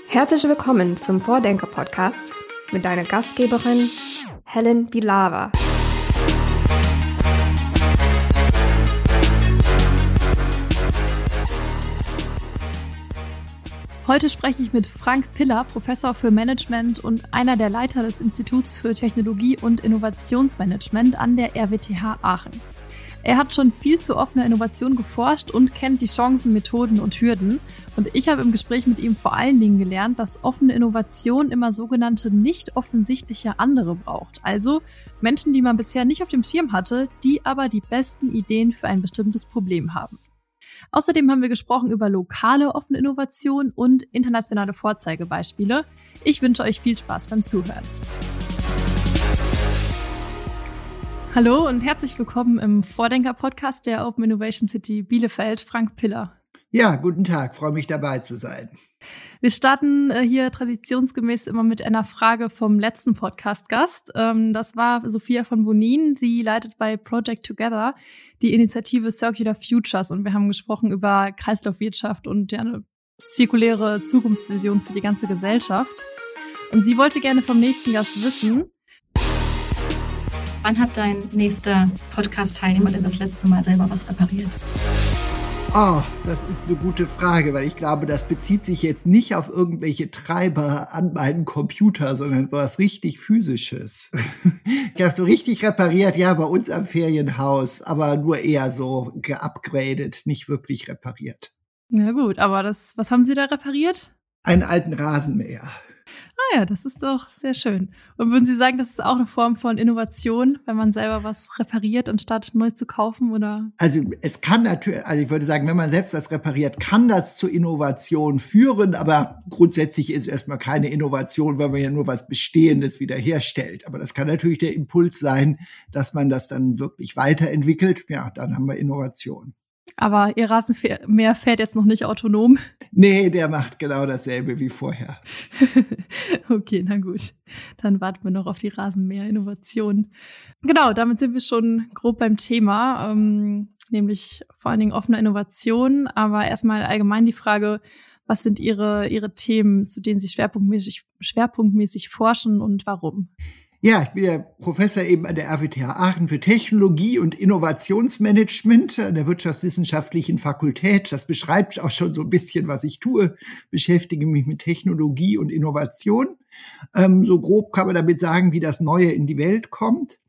Herzlich willkommen zum Vordenker-Podcast mit deiner Gastgeberin Helen Vilava. Heute spreche ich mit Frank Piller, Professor für Management und einer der Leiter des Instituts für Technologie und Innovationsmanagement an der RWTH Aachen. Er hat schon viel zu offener Innovation geforscht und kennt die Chancen, Methoden und Hürden. Und ich habe im Gespräch mit ihm vor allen Dingen gelernt, dass offene Innovation immer sogenannte nicht offensichtliche andere braucht. Also Menschen, die man bisher nicht auf dem Schirm hatte, die aber die besten Ideen für ein bestimmtes Problem haben. Außerdem haben wir gesprochen über lokale offene Innovation und internationale Vorzeigebeispiele. Ich wünsche euch viel Spaß beim Zuhören. Hallo und herzlich willkommen im Vordenker-Podcast der Open Innovation City Bielefeld, Frank Piller. Ja, guten Tag, freue mich dabei zu sein. Wir starten hier traditionsgemäß immer mit einer Frage vom letzten Podcast-Gast. Das war Sophia von Bonin. Sie leitet bei Project Together die Initiative Circular Futures und wir haben gesprochen über Kreislaufwirtschaft und eine zirkuläre Zukunftsvision für die ganze Gesellschaft. Und sie wollte gerne vom nächsten Gast wissen: Wann hat dein nächster Podcast-Teilnehmer denn das letzte Mal selber was repariert? Oh, das ist eine gute Frage, weil ich glaube, das bezieht sich jetzt nicht auf irgendwelche Treiber an meinem Computer, sondern was richtig Physisches. Ich habe so richtig repariert, ja, bei uns am Ferienhaus, aber nur eher so geupgradet, nicht wirklich repariert. Ja gut, aber was haben Sie da repariert? Einen alten Rasenmäher. Ah ja, das ist doch sehr schön. Und würden Sie sagen, das ist auch eine Form von Innovation, wenn man selber was repariert, anstatt neu zu kaufen, oder? Also es kann natürlich, also ich würde sagen, wenn man selbst das repariert, kann das zu Innovation führen, aber grundsätzlich ist erstmal keine Innovation, weil man ja nur was Bestehendes wiederherstellt. Aber das kann natürlich der Impuls sein, dass man das dann wirklich weiterentwickelt. Ja, dann haben wir Innovation. Aber Ihr Rasenmäher fährt jetzt noch nicht autonom? Nee, der macht genau dasselbe wie vorher. Okay, na gut. Dann warten wir noch auf die Rasenmäher-Innovation. Genau, damit sind wir schon grob beim Thema, nämlich vor allen Dingen offene Innovation. Aber erstmal allgemein die Frage: Was sind Ihre Themen, zu denen Sie schwerpunktmäßig forschen und warum? Ja, ich bin ja Professor eben an der RWTH Aachen für Technologie und Innovationsmanagement an der Wirtschaftswissenschaftlichen Fakultät. Das beschreibt auch schon so ein bisschen, was ich tue. Beschäftige mich mit Technologie und Innovation. So grob kann man damit sagen, wie das Neue in die Welt kommt.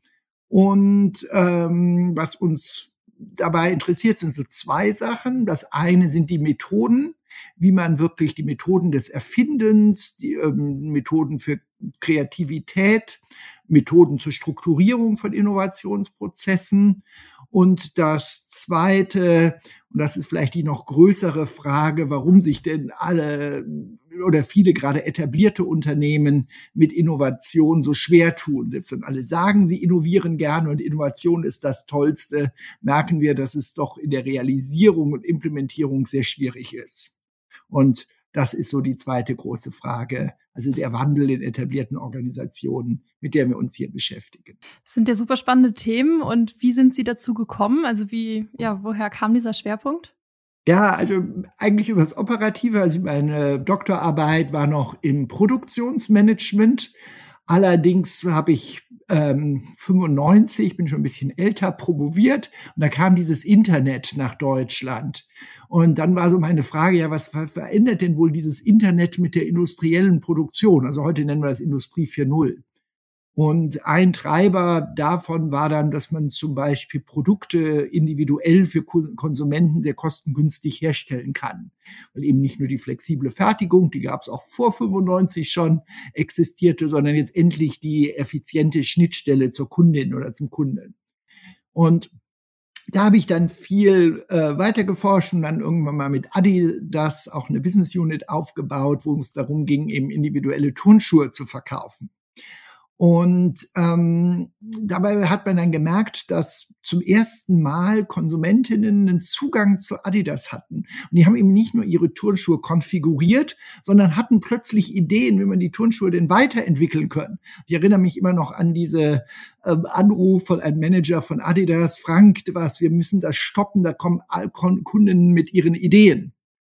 Und was uns dabei interessiert, sind so zwei Sachen. Das eine sind die Methoden, wie man wirklich die Methoden des Erfindens, die Methoden für Kreativität, Methoden zur Strukturierung von Innovationsprozessen. Und das Zweite, und das ist vielleicht die noch größere Frage, warum sich denn alle oder viele gerade etablierte Unternehmen mit Innovation so schwer tun. Selbst wenn alle sagen, sie innovieren gerne und Innovation ist das Tollste, merken wir, dass es doch in der Realisierung und Implementierung sehr schwierig ist. Und das ist so die zweite große Frage, also der Wandel in etablierten Organisationen, mit der wir uns hier beschäftigen. Das sind ja super spannende Themen. Und wie sind Sie dazu gekommen? Also woher kam dieser Schwerpunkt? Ja, also eigentlich über das Operative. Also meine Doktorarbeit war noch im Produktionsmanagement. Allerdings habe ich 95, bin schon ein bisschen älter, promoviert. Und da kam dieses Internet nach Deutschland. Und dann war so meine Frage, ja, was verändert denn wohl dieses Internet mit der industriellen Produktion? Also heute nennen wir das Industrie 4.0. Und ein Treiber davon war dann, dass man zum Beispiel Produkte individuell für Konsumenten sehr kostengünstig herstellen kann. Weil eben nicht nur die flexible Fertigung, die gab es auch vor 95 schon, existierte, sondern jetzt endlich die effiziente Schnittstelle zur Kundin oder zum Kunden. Und da habe ich dann viel weiter geforscht und dann irgendwann mal mit Adidas auch eine Business Unit aufgebaut, wo es darum ging, eben individuelle Turnschuhe zu verkaufen. Und dabei hat man dann gemerkt, dass zum ersten Mal Konsumentinnen einen Zugang zu Adidas hatten. Und die haben eben nicht nur ihre Turnschuhe konfiguriert, sondern hatten plötzlich Ideen, wie man die Turnschuhe denn weiterentwickeln können. Ich erinnere mich immer noch an diese Anruf von einem Manager von Adidas: Frank, wir müssen das stoppen, da kommen Kunden mit ihren Ideen.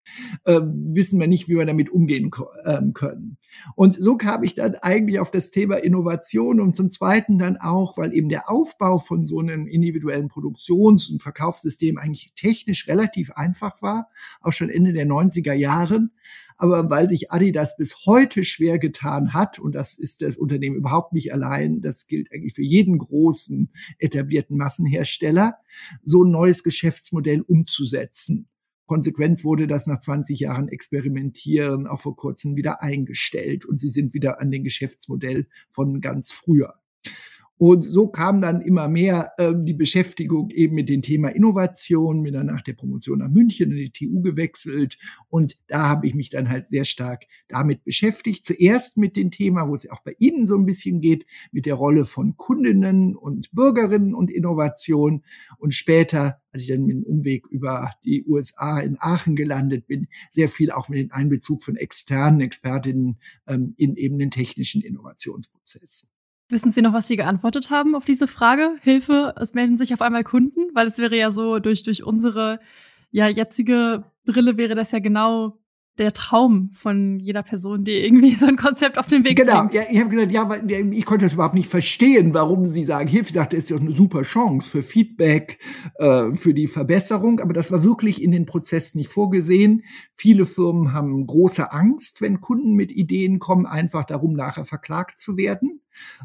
wissen wir nicht, wie wir damit umgehen können. Und so kam ich dann eigentlich auf das Thema Innovation und zum Zweiten dann auch, weil eben der Aufbau von so einem individuellen Produktions- und Verkaufssystem eigentlich technisch relativ einfach war, auch schon Ende der 90er Jahren. Aber weil sich Adidas bis heute schwer getan hat, und das ist das Unternehmen überhaupt nicht allein, das gilt eigentlich für jeden großen etablierten Massenhersteller, so ein neues Geschäftsmodell umzusetzen. Konsequent wurde das nach 20 Jahren Experimentieren auch vor kurzem wieder eingestellt und sie sind wieder an den Geschäftsmodell von ganz früher. Und so kam dann immer mehr die Beschäftigung eben mit dem Thema Innovation, bin dann nach der Promotion nach München in die TU gewechselt und da habe ich mich dann halt sehr stark damit beschäftigt. Zuerst mit dem Thema, wo es auch bei Ihnen so ein bisschen geht, mit der Rolle von Kundinnen und Bürgerinnen und Innovation und später, als ich dann mit dem Umweg über die USA in Aachen gelandet bin, sehr viel auch mit dem Einbezug von externen Expertinnen in eben den technischen Innovationsprozess. Wissen Sie noch, was Sie geantwortet haben auf diese Frage? Hilfe, es melden sich auf einmal Kunden? Weil es wäre ja so, durch unsere jetzige Brille wäre das ja genau der Traum von jeder Person, die irgendwie so ein Konzept auf den Weg bringt. Genau, ja, ich habe gesagt, weil ich konnte das überhaupt nicht verstehen, warum Sie sagen, Hilfe. Ich dachte, das ist ja eine super Chance für Feedback, für die Verbesserung. Aber das war wirklich in den Prozess nicht vorgesehen. Viele Firmen haben große Angst, wenn Kunden mit Ideen kommen, einfach darum, nachher verklagt zu werden.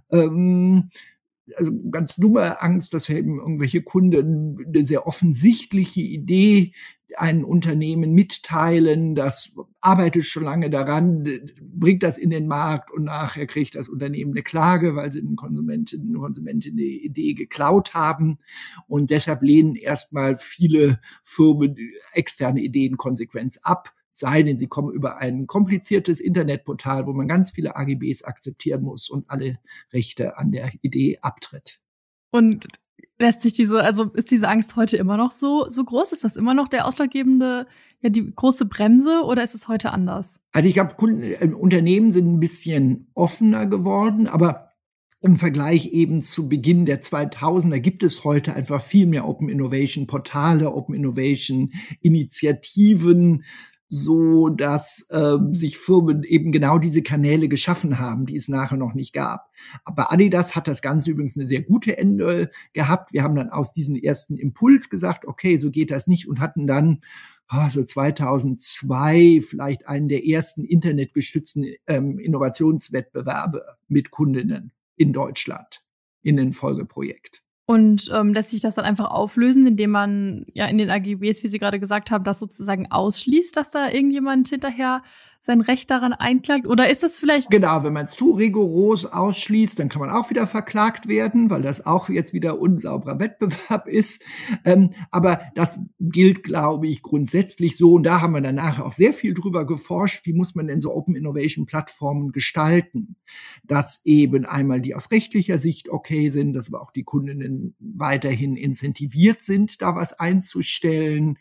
Also ganz dumme Angst, dass eben irgendwelche Kunden eine sehr offensichtliche Idee ein Unternehmen mitteilen, das arbeitet schon lange daran, bringt das in den Markt und nachher kriegt das Unternehmen eine Klage, weil sie den Konsumentinnen und Konsumenten die Idee geklaut haben. Und deshalb lehnen erstmal viele Firmen externe Ideen konsequent ab. Sei denn, sie kommen über ein kompliziertes Internetportal, wo man ganz viele AGBs akzeptieren muss und alle Rechte an der Idee abtritt. Und ist diese Angst heute immer noch so groß? Ist das immer noch der ausschlaggebende, die große Bremse oder ist es heute anders? Also ich glaube, Unternehmen sind ein bisschen offener geworden, aber im Vergleich eben zu Beginn der 2000er gibt es heute einfach viel mehr Open Innovation Portale, Open Innovation Initiativen, so dass sich Firmen eben genau diese Kanäle geschaffen haben, die es nachher noch nicht gab. Aber Adidas hat das Ganze übrigens eine sehr gute Ende gehabt. Wir haben dann aus diesem ersten Impuls gesagt, okay, so geht das nicht und hatten dann so 2002 vielleicht einen der ersten internetgestützten Innovationswettbewerbe mit Kundinnen in Deutschland in ein Folgeprojekt. Und lässt sich das dann einfach auflösen, indem man in den AGBs, wie Sie gerade gesagt haben, das sozusagen ausschließt, dass da irgendjemand hinterher sein Recht daran einklagt? Oder ist das vielleicht... Genau, wenn man es zu rigoros ausschließt, dann kann man auch wieder verklagt werden, weil das auch jetzt wieder unsauberer Wettbewerb ist. Aber das gilt, glaube ich, grundsätzlich so. Und da haben wir danach auch sehr viel drüber geforscht, wie muss man denn so Open Innovation Plattformen gestalten, dass eben einmal die aus rechtlicher Sicht okay sind, dass aber auch die Kundinnen weiterhin incentiviert sind, da was einzustellen,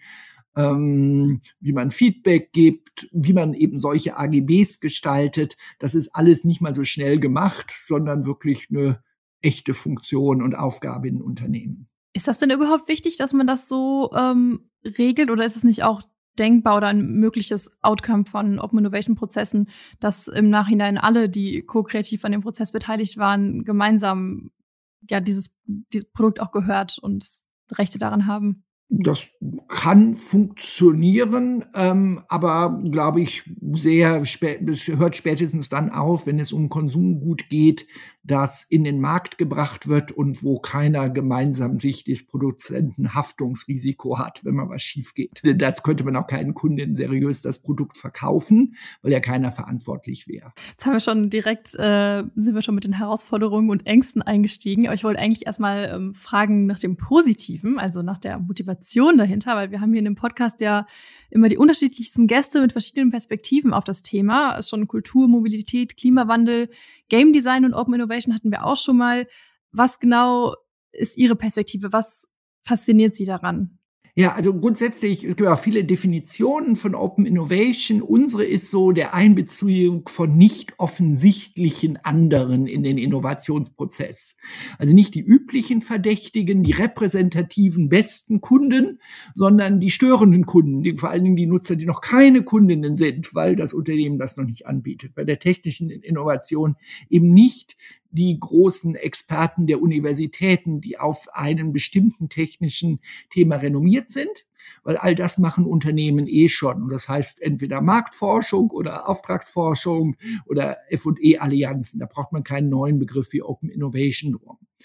wie man Feedback gibt, wie man eben solche AGBs gestaltet. Das ist alles nicht mal so schnell gemacht, sondern wirklich eine echte Funktion und Aufgabe in Unternehmen. Ist das denn überhaupt wichtig, dass man das so regelt oder ist es nicht auch denkbar oder ein mögliches Outcome von Open Innovation Prozessen, dass im Nachhinein alle, die ko-kreativ an dem Prozess beteiligt waren, gemeinsam dieses Produkt auch gehört und Rechte daran haben? Das kann funktionieren, aber glaube ich es hört spätestens dann auf, wenn es um Konsumgut geht, das in den Markt gebracht wird und wo keiner gemeinsam sich das Produzentenhaftungsrisiko hat, wenn mal was schief geht. Das könnte man auch keinen Kunden seriös das Produkt verkaufen, weil ja keiner verantwortlich wäre. Jetzt haben wir schon direkt, sind wir schon mit den Herausforderungen und Ängsten eingestiegen. Aber ich wollte eigentlich erstmal fragen nach dem Positiven, also nach der Motivation dahinter, weil wir haben hier in dem Podcast ja immer die unterschiedlichsten Gäste mit verschiedenen Perspektiven auf das Thema. Schon Kultur, Mobilität, Klimawandel, Game Design und Open Innovation hatten wir auch schon mal. Was genau ist Ihre Perspektive? Was fasziniert Sie daran? Ja, also grundsätzlich, es gibt auch viele Definitionen von Open Innovation. Unsere ist so der Einbeziehung von nicht offensichtlichen anderen in den Innovationsprozess. Also nicht die üblichen Verdächtigen, die repräsentativen besten Kunden, sondern die störenden Kunden, vor allen Dingen die Nutzer, die noch keine Kundinnen sind, weil das Unternehmen das noch nicht anbietet. Bei der technischen Innovation eben nicht die großen Experten der Universitäten, die auf einem bestimmten technischen Thema renommiert sind, weil all das machen Unternehmen schon. Und das heißt entweder Marktforschung oder Auftragsforschung oder F&E-Allianzen. Da braucht man keinen neuen Begriff wie Open Innovation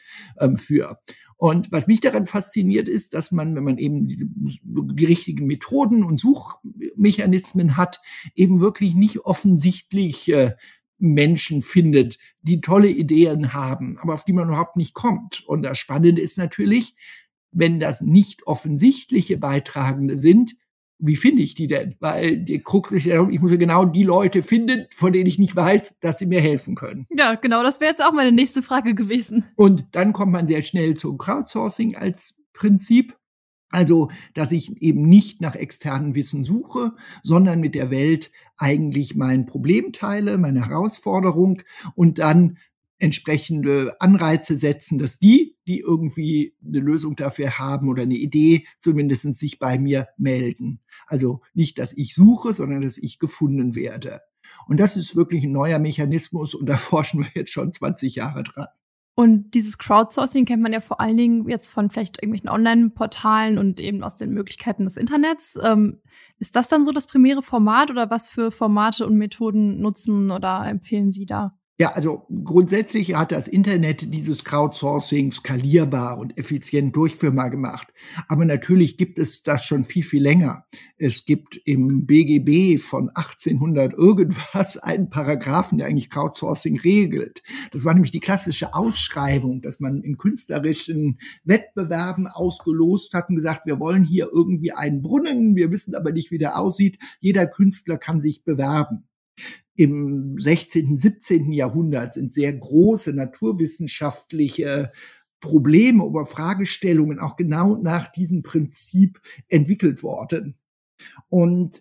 für. Und was mich daran fasziniert ist, dass man, wenn man eben die richtigen Methoden und Suchmechanismen hat, eben wirklich nicht offensichtlich Menschen findet, die tolle Ideen haben, aber auf die man überhaupt nicht kommt. Und das Spannende ist natürlich, wenn das nicht offensichtliche Beitragende sind, wie finde ich die denn? Weil die Krux ist ja darum, ich muss ja genau die Leute finden, von denen ich nicht weiß, dass sie mir helfen können. Ja, genau, das wäre jetzt auch meine nächste Frage gewesen. Und dann kommt man sehr schnell zum Crowdsourcing als Prinzip. Also, dass ich eben nicht nach externem Wissen suche, sondern mit der Welt eigentlich mein Problem teile, meine Herausforderung und dann entsprechende Anreize setzen, dass die irgendwie eine Lösung dafür haben oder eine Idee, zumindest sich bei mir melden. Also nicht, dass ich suche, sondern dass ich gefunden werde. Und das ist wirklich ein neuer Mechanismus und da forschen wir jetzt schon 20 Jahre dran. Und dieses Crowdsourcing kennt man ja vor allen Dingen jetzt von vielleicht irgendwelchen Online-Portalen und eben aus den Möglichkeiten des Internets. Ist das dann so das primäre Format oder was für Formate und Methoden nutzen oder empfehlen Sie da? Ja, also grundsätzlich hat das Internet dieses Crowdsourcing skalierbar und effizient durchführbar gemacht. Aber natürlich gibt es das schon viel, viel länger. Es gibt im BGB von 1800 irgendwas einen Paragraphen, der eigentlich Crowdsourcing regelt. Das war nämlich die klassische Ausschreibung, dass man in künstlerischen Wettbewerben ausgelost hat und gesagt, wir wollen hier irgendwie einen Brunnen, wir wissen aber nicht, wie der aussieht. Jeder Künstler kann sich bewerben. Im 16., 17. Jahrhundert sind sehr große naturwissenschaftliche Probleme oder Fragestellungen auch genau nach diesem Prinzip entwickelt worden. Und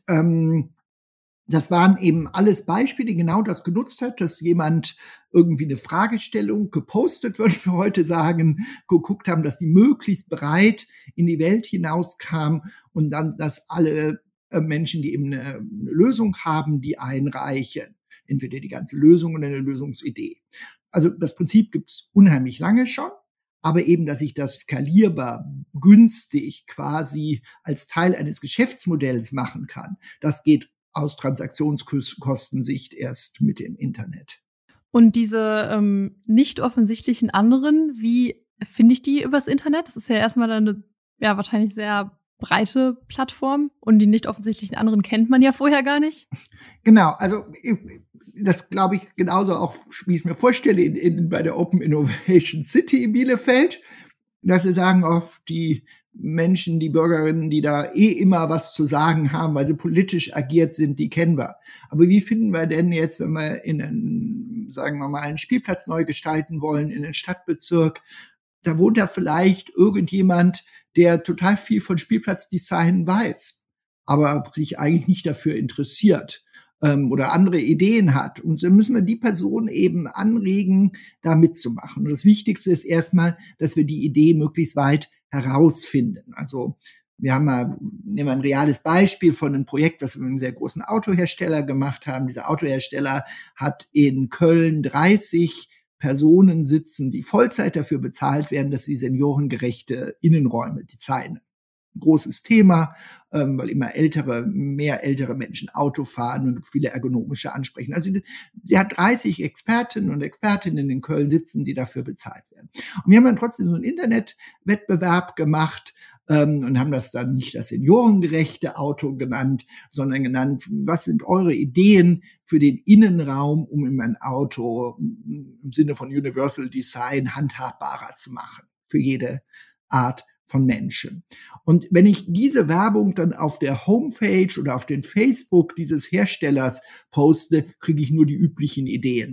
das waren eben alles Beispiele, die genau das genutzt hat, dass jemand irgendwie eine Fragestellung gepostet, würde ich heute sagen, geguckt haben, dass die möglichst breit in die Welt hinauskam und dann, dass alle Menschen, die eben eine Lösung haben, die einreichen. Entweder die ganze Lösung oder eine Lösungsidee. Also das Prinzip gibt es unheimlich lange schon, aber eben, dass ich das skalierbar, günstig quasi als Teil eines Geschäftsmodells machen kann, das geht aus Transaktionskostensicht erst mit dem Internet. Und diese nicht offensichtlichen anderen, wie finde ich die übers Internet? Das ist ja erstmal eine wahrscheinlich sehr breite Plattform und die nicht offensichtlichen anderen kennt man ja vorher gar nicht. Genau, also das glaube ich genauso auch, wie ich es mir vorstelle, bei der Open Innovation City in Bielefeld, dass sie sagen, auch die Menschen, die Bürgerinnen, die da immer was zu sagen haben, weil sie politisch agiert sind, die kennen wir. Aber wie finden wir denn jetzt, wenn wir sagen wir mal, einen Spielplatz neu gestalten wollen in den Stadtbezirk, da wohnt da vielleicht irgendjemand, der total viel von Spielplatzdesign weiß, aber sich eigentlich nicht dafür interessiert oder andere Ideen hat. Und so müssen wir die Person eben anregen, da mitzumachen. Und das Wichtigste ist erstmal, dass wir die Idee möglichst weit herausfinden. Also wir haben nehmen wir ein reales Beispiel von einem Projekt, was wir mit einem sehr großen Autohersteller gemacht haben. Dieser Autohersteller hat in Köln 30 Personen sitzen, die Vollzeit dafür bezahlt werden, dass sie seniorengerechte Innenräume designen. Ein großes Thema, weil immer mehr ältere Menschen Auto fahren und viele ergonomische Ansprechen. Also sie hat 30 Expertinnen und Expertinnen in Köln sitzen, die dafür bezahlt werden. Und wir haben dann trotzdem so einen Internetwettbewerb gemacht, und haben das dann nicht das seniorengerechte Auto genannt, sondern genannt, was sind eure Ideen für den Innenraum, um in ein Auto im Sinne von Universal Design handhabbarer zu machen, für jede Art von Menschen. Und wenn ich diese Werbung dann auf der Homepage oder auf den Facebook dieses Herstellers poste, kriege ich nur die üblichen Ideen.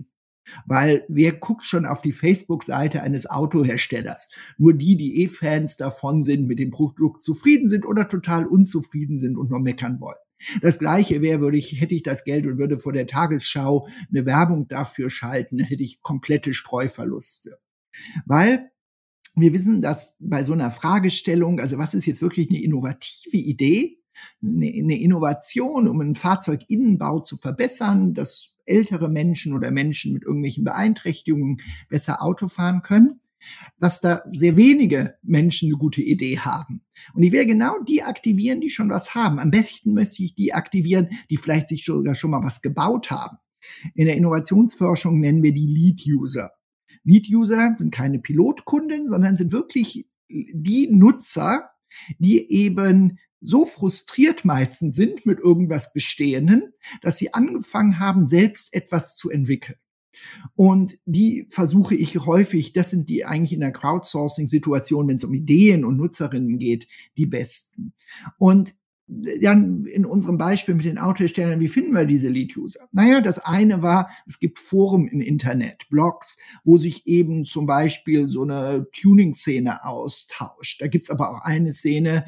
Weil wer guckt schon auf die Facebook-Seite eines Autoherstellers? Nur die Fans davon sind, mit dem Produkt zufrieden sind oder total unzufrieden sind und nur meckern wollen. Das Gleiche hätte ich das Geld und würde vor der Tagesschau eine Werbung dafür schalten, hätte ich komplette Streuverluste. Weil wir wissen, dass bei so einer Fragestellung, also was ist jetzt wirklich eine innovative Idee, eine Innovation, um einen Fahrzeuginnenbau zu verbessern, dass ältere Menschen oder Menschen mit irgendwelchen Beeinträchtigungen besser Auto fahren können, dass da sehr wenige Menschen eine gute Idee haben. Und ich werde genau die aktivieren, die schon was haben. Am besten möchte ich die aktivieren, die vielleicht sich sogar schon mal was gebaut haben. In der Innovationsforschung nennen wir die Lead-User. Lead-User sind keine Pilotkunden, sondern sind wirklich die Nutzer, die eben so frustriert meistens sind mit irgendwas Bestehenden, dass sie angefangen haben, selbst etwas zu entwickeln. Und die versuche ich häufig, das sind die eigentlich in der Crowdsourcing-Situation, wenn es um Ideen und Nutzerinnen geht, die besten. Und dann in unserem Beispiel mit den Autoherstellern, wie finden wir diese Lead-User? Naja, das eine war, es gibt Foren im Internet, Blogs, wo sich eben zum Beispiel so eine Tuning-Szene austauscht. Da gibt's aber auch eine Szene,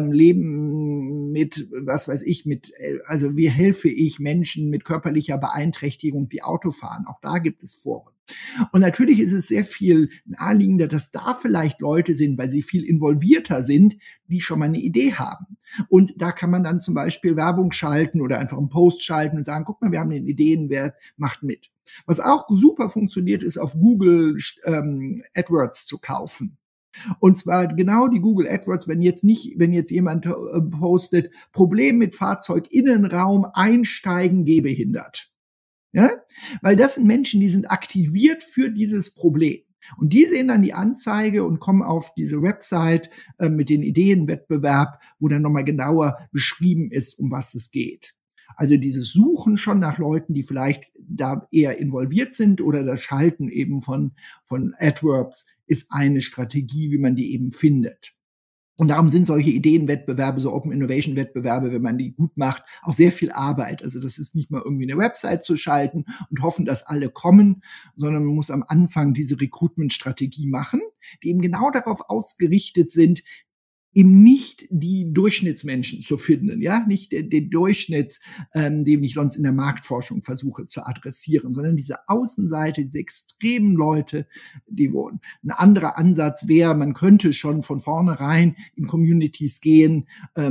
Leben mit, was weiß ich, also wie helfe ich Menschen mit körperlicher Beeinträchtigung, die Auto fahren? Auch da gibt es Foren. Und natürlich ist es sehr viel naheliegender, dass da vielleicht Leute sind, weil sie viel involvierter sind, die schon mal eine Idee haben. Und da kann man dann zum Beispiel Werbung schalten oder einfach einen Post schalten und sagen, guck mal, wir haben den Ideenwert, macht mit. Was auch super funktioniert, ist auf Google AdWords zu kaufen. Und zwar genau die Google AdWords, wenn jetzt jemand postet, Problem mit Fahrzeuginnenraum, Einsteigen gehbehindert. Ja? Weil das sind Menschen, die sind aktiviert für dieses Problem. Und die sehen dann die Anzeige und kommen auf diese Website mit den Ideenwettbewerb, wo dann nochmal genauer beschrieben ist, um was es geht. Also dieses Suchen schon nach Leuten, die vielleicht da eher involviert sind oder das Schalten eben von AdWords ist eine Strategie, wie man die eben findet. Und darum sind solche Ideenwettbewerbe, so Open Innovation Wettbewerbe, wenn man die gut macht, auch sehr viel Arbeit. Also das ist nicht mal irgendwie eine Website zu schalten und hoffen, dass alle kommen, sondern man muss am Anfang diese Recruitment-Strategie machen, die eben genau darauf ausgerichtet sind, eben nicht die Durchschnittsmenschen zu finden, ja, nicht den Durchschnitt, den ich sonst in der Marktforschung versuche zu adressieren, sondern diese Außenseite, diese extremen Leute, die wohnen. Ein anderer Ansatz wäre, man könnte schon von vornherein in Communities gehen,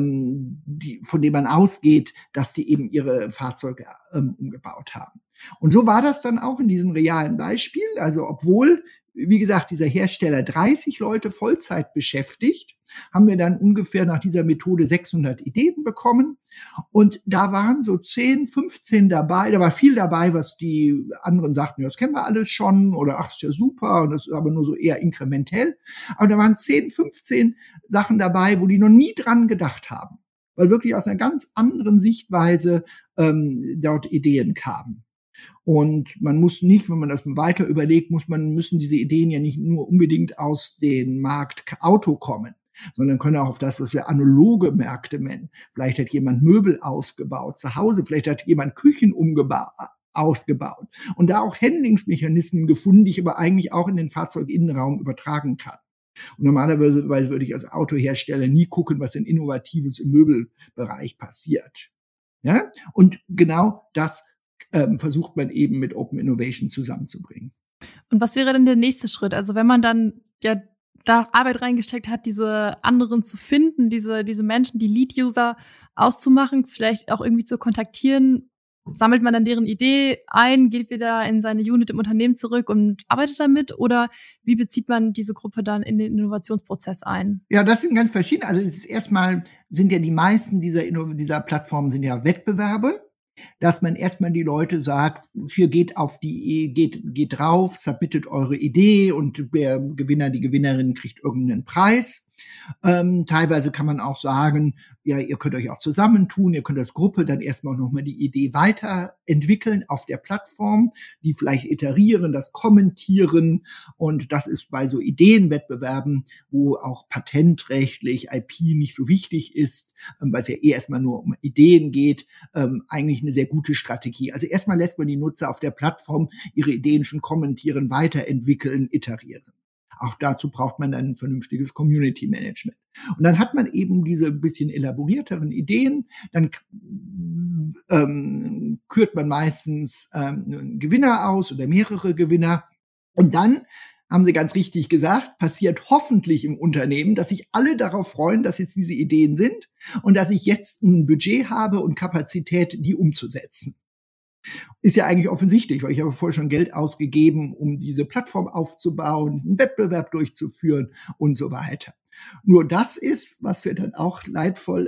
von denen man ausgeht, dass die eben ihre Fahrzeuge umgebaut haben. Und so war das dann auch in diesem realen Beispiel. Also obwohl, wie gesagt, dieser Hersteller 30 Leute Vollzeit beschäftigt, haben wir dann ungefähr nach dieser Methode 600 Ideen bekommen. Und da waren so 10, 15 dabei. Da war viel dabei, was die anderen sagten, ja, das kennen wir alles schon oder ach, ist ja super. Und das ist aber nur so eher inkrementell. Aber da waren 10, 15 Sachen dabei, wo die noch nie dran gedacht haben. Weil wirklich aus einer ganz anderen Sichtweise dort Ideen kamen. Und man muss nicht, wenn man das weiter überlegt, müssen diese Ideen ja nicht nur unbedingt aus dem Markt Auto kommen, sondern können auch auf das, was wir analoge Märkte nennen. Vielleicht hat jemand Möbel ausgebaut zu Hause, vielleicht hat jemand Küchen ausgebaut und da auch Handlingsmechanismen gefunden, die ich aber eigentlich auch in den Fahrzeuginnenraum übertragen kann. Und normalerweise würde ich als Autohersteller nie gucken, was denn Innovatives im Möbelbereich passiert. Ja? Und genau das versucht man eben mit Open Innovation zusammenzubringen. Und was wäre denn der nächste Schritt? Also wenn man dann ja da Arbeit reingesteckt hat, diese anderen zu finden, diese Menschen, die Lead-User auszumachen, vielleicht auch irgendwie zu kontaktieren, sammelt man dann deren Idee ein, geht wieder in seine Unit im Unternehmen zurück und arbeitet damit? Oder wie bezieht man diese Gruppe dann in den Innovationsprozess ein? Ja, das sind ganz verschiedene. Also das ist erstmal sind ja die meisten dieser Plattformen sind ja Wettbewerbe, dass man erstmal die Leute sagt, hier geht drauf, submittet eure Idee und der Gewinner, die Gewinnerin kriegt irgendeinen Preis. Teilweise kann man auch sagen, ja, ihr könnt euch auch zusammentun, ihr könnt als Gruppe dann erstmal nochmal die Idee weiterentwickeln auf der Plattform, die vielleicht iterieren, das kommentieren. Und das ist bei so Ideenwettbewerben, wo auch patentrechtlich IP nicht so wichtig ist, weil es ja erstmal nur um Ideen geht, eigentlich eine sehr gute Strategie. Also erstmal lässt man die Nutzer auf der Plattform ihre Ideen schon kommentieren, weiterentwickeln, iterieren. Auch dazu braucht man dann ein vernünftiges Community Management. Und dann hat man eben diese bisschen elaborierteren Ideen. Dann kürt man meistens einen Gewinner aus oder mehrere Gewinner. Und dann, haben Sie ganz richtig gesagt, passiert hoffentlich im Unternehmen, dass sich alle darauf freuen, dass jetzt diese Ideen sind und dass ich jetzt ein Budget habe und Kapazität, die umzusetzen. Ist ja eigentlich offensichtlich, weil ich habe vorher schon Geld ausgegeben, um diese Plattform aufzubauen, einen Wettbewerb durchzuführen und so weiter. Nur das ist, was wir dann auch leidvoll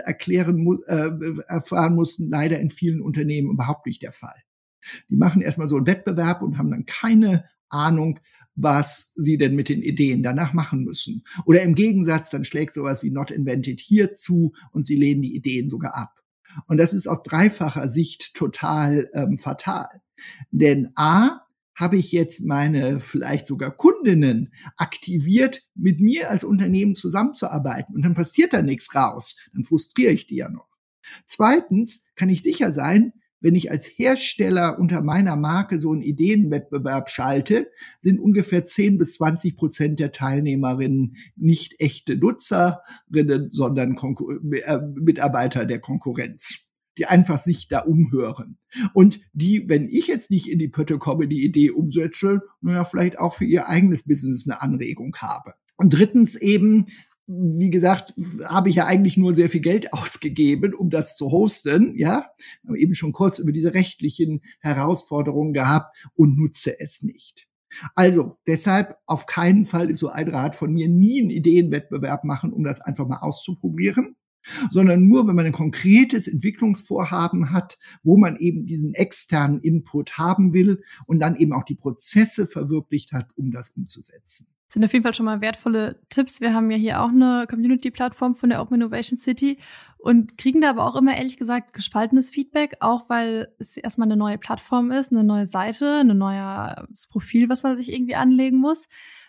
erfahren mussten, leider in vielen Unternehmen überhaupt nicht der Fall. Die machen erstmal so einen Wettbewerb und haben dann keine Ahnung, was sie denn mit den Ideen danach machen müssen. Oder im Gegensatz, dann schlägt sowas wie Not Invented hier zu und sie lehnen die Ideen sogar ab. Und das ist aus dreifacher Sicht total fatal. Denn A, habe ich jetzt meine vielleicht sogar Kundinnen aktiviert, mit mir als Unternehmen zusammenzuarbeiten. Und dann passiert da nichts raus. Dann frustriere ich die ja noch. Zweitens kann ich sicher sein, wenn ich als Hersteller unter meiner Marke so einen Ideenwettbewerb schalte, sind ungefähr 10-20% der Teilnehmerinnen nicht echte Nutzerinnen, sondern Mitarbeiter der Konkurrenz, die einfach sich da umhören. Und die, wenn ich jetzt nicht in die Pötte komme, die Idee umsetze, vielleicht auch für ihr eigenes Business eine Anregung habe. Und drittens eben, wie gesagt, habe ich ja eigentlich nur sehr viel Geld ausgegeben, um das zu hosten, ja. Wir haben eben schon kurz über diese rechtlichen Herausforderungen gehabt und nutze es nicht. Also deshalb auf keinen Fall ist so ein Rat von mir, nie einen Ideenwettbewerb machen, um das einfach mal auszuprobieren, sondern nur, wenn man ein konkretes Entwicklungsvorhaben hat, wo man eben diesen externen Input haben will und dann eben auch die Prozesse verwirklicht hat, um das umzusetzen. Das sind auf jeden Fall schon mal wertvolle Tipps. Wir haben ja hier auch eine Community-Plattform von der Open Innovation City und kriegen da aber auch immer, ehrlich gesagt, gespaltenes Feedback, auch weil es erstmal eine neue Plattform ist, eine neue Seite, ein neues Profil, was man sich irgendwie anlegen muss.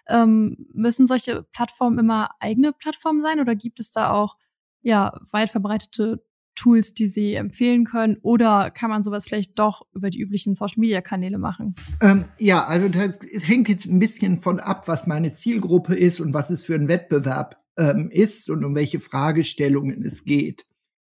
Müssen solche Plattformen immer eigene Plattformen sein oder gibt es da auch weit verbreitete Tools, die Sie empfehlen können? Oder kann man sowas vielleicht doch über die üblichen Social-Media-Kanäle machen? Also das hängt jetzt ein bisschen von ab, was meine Zielgruppe ist und was es für ein Wettbewerb ist und um welche Fragestellungen es geht.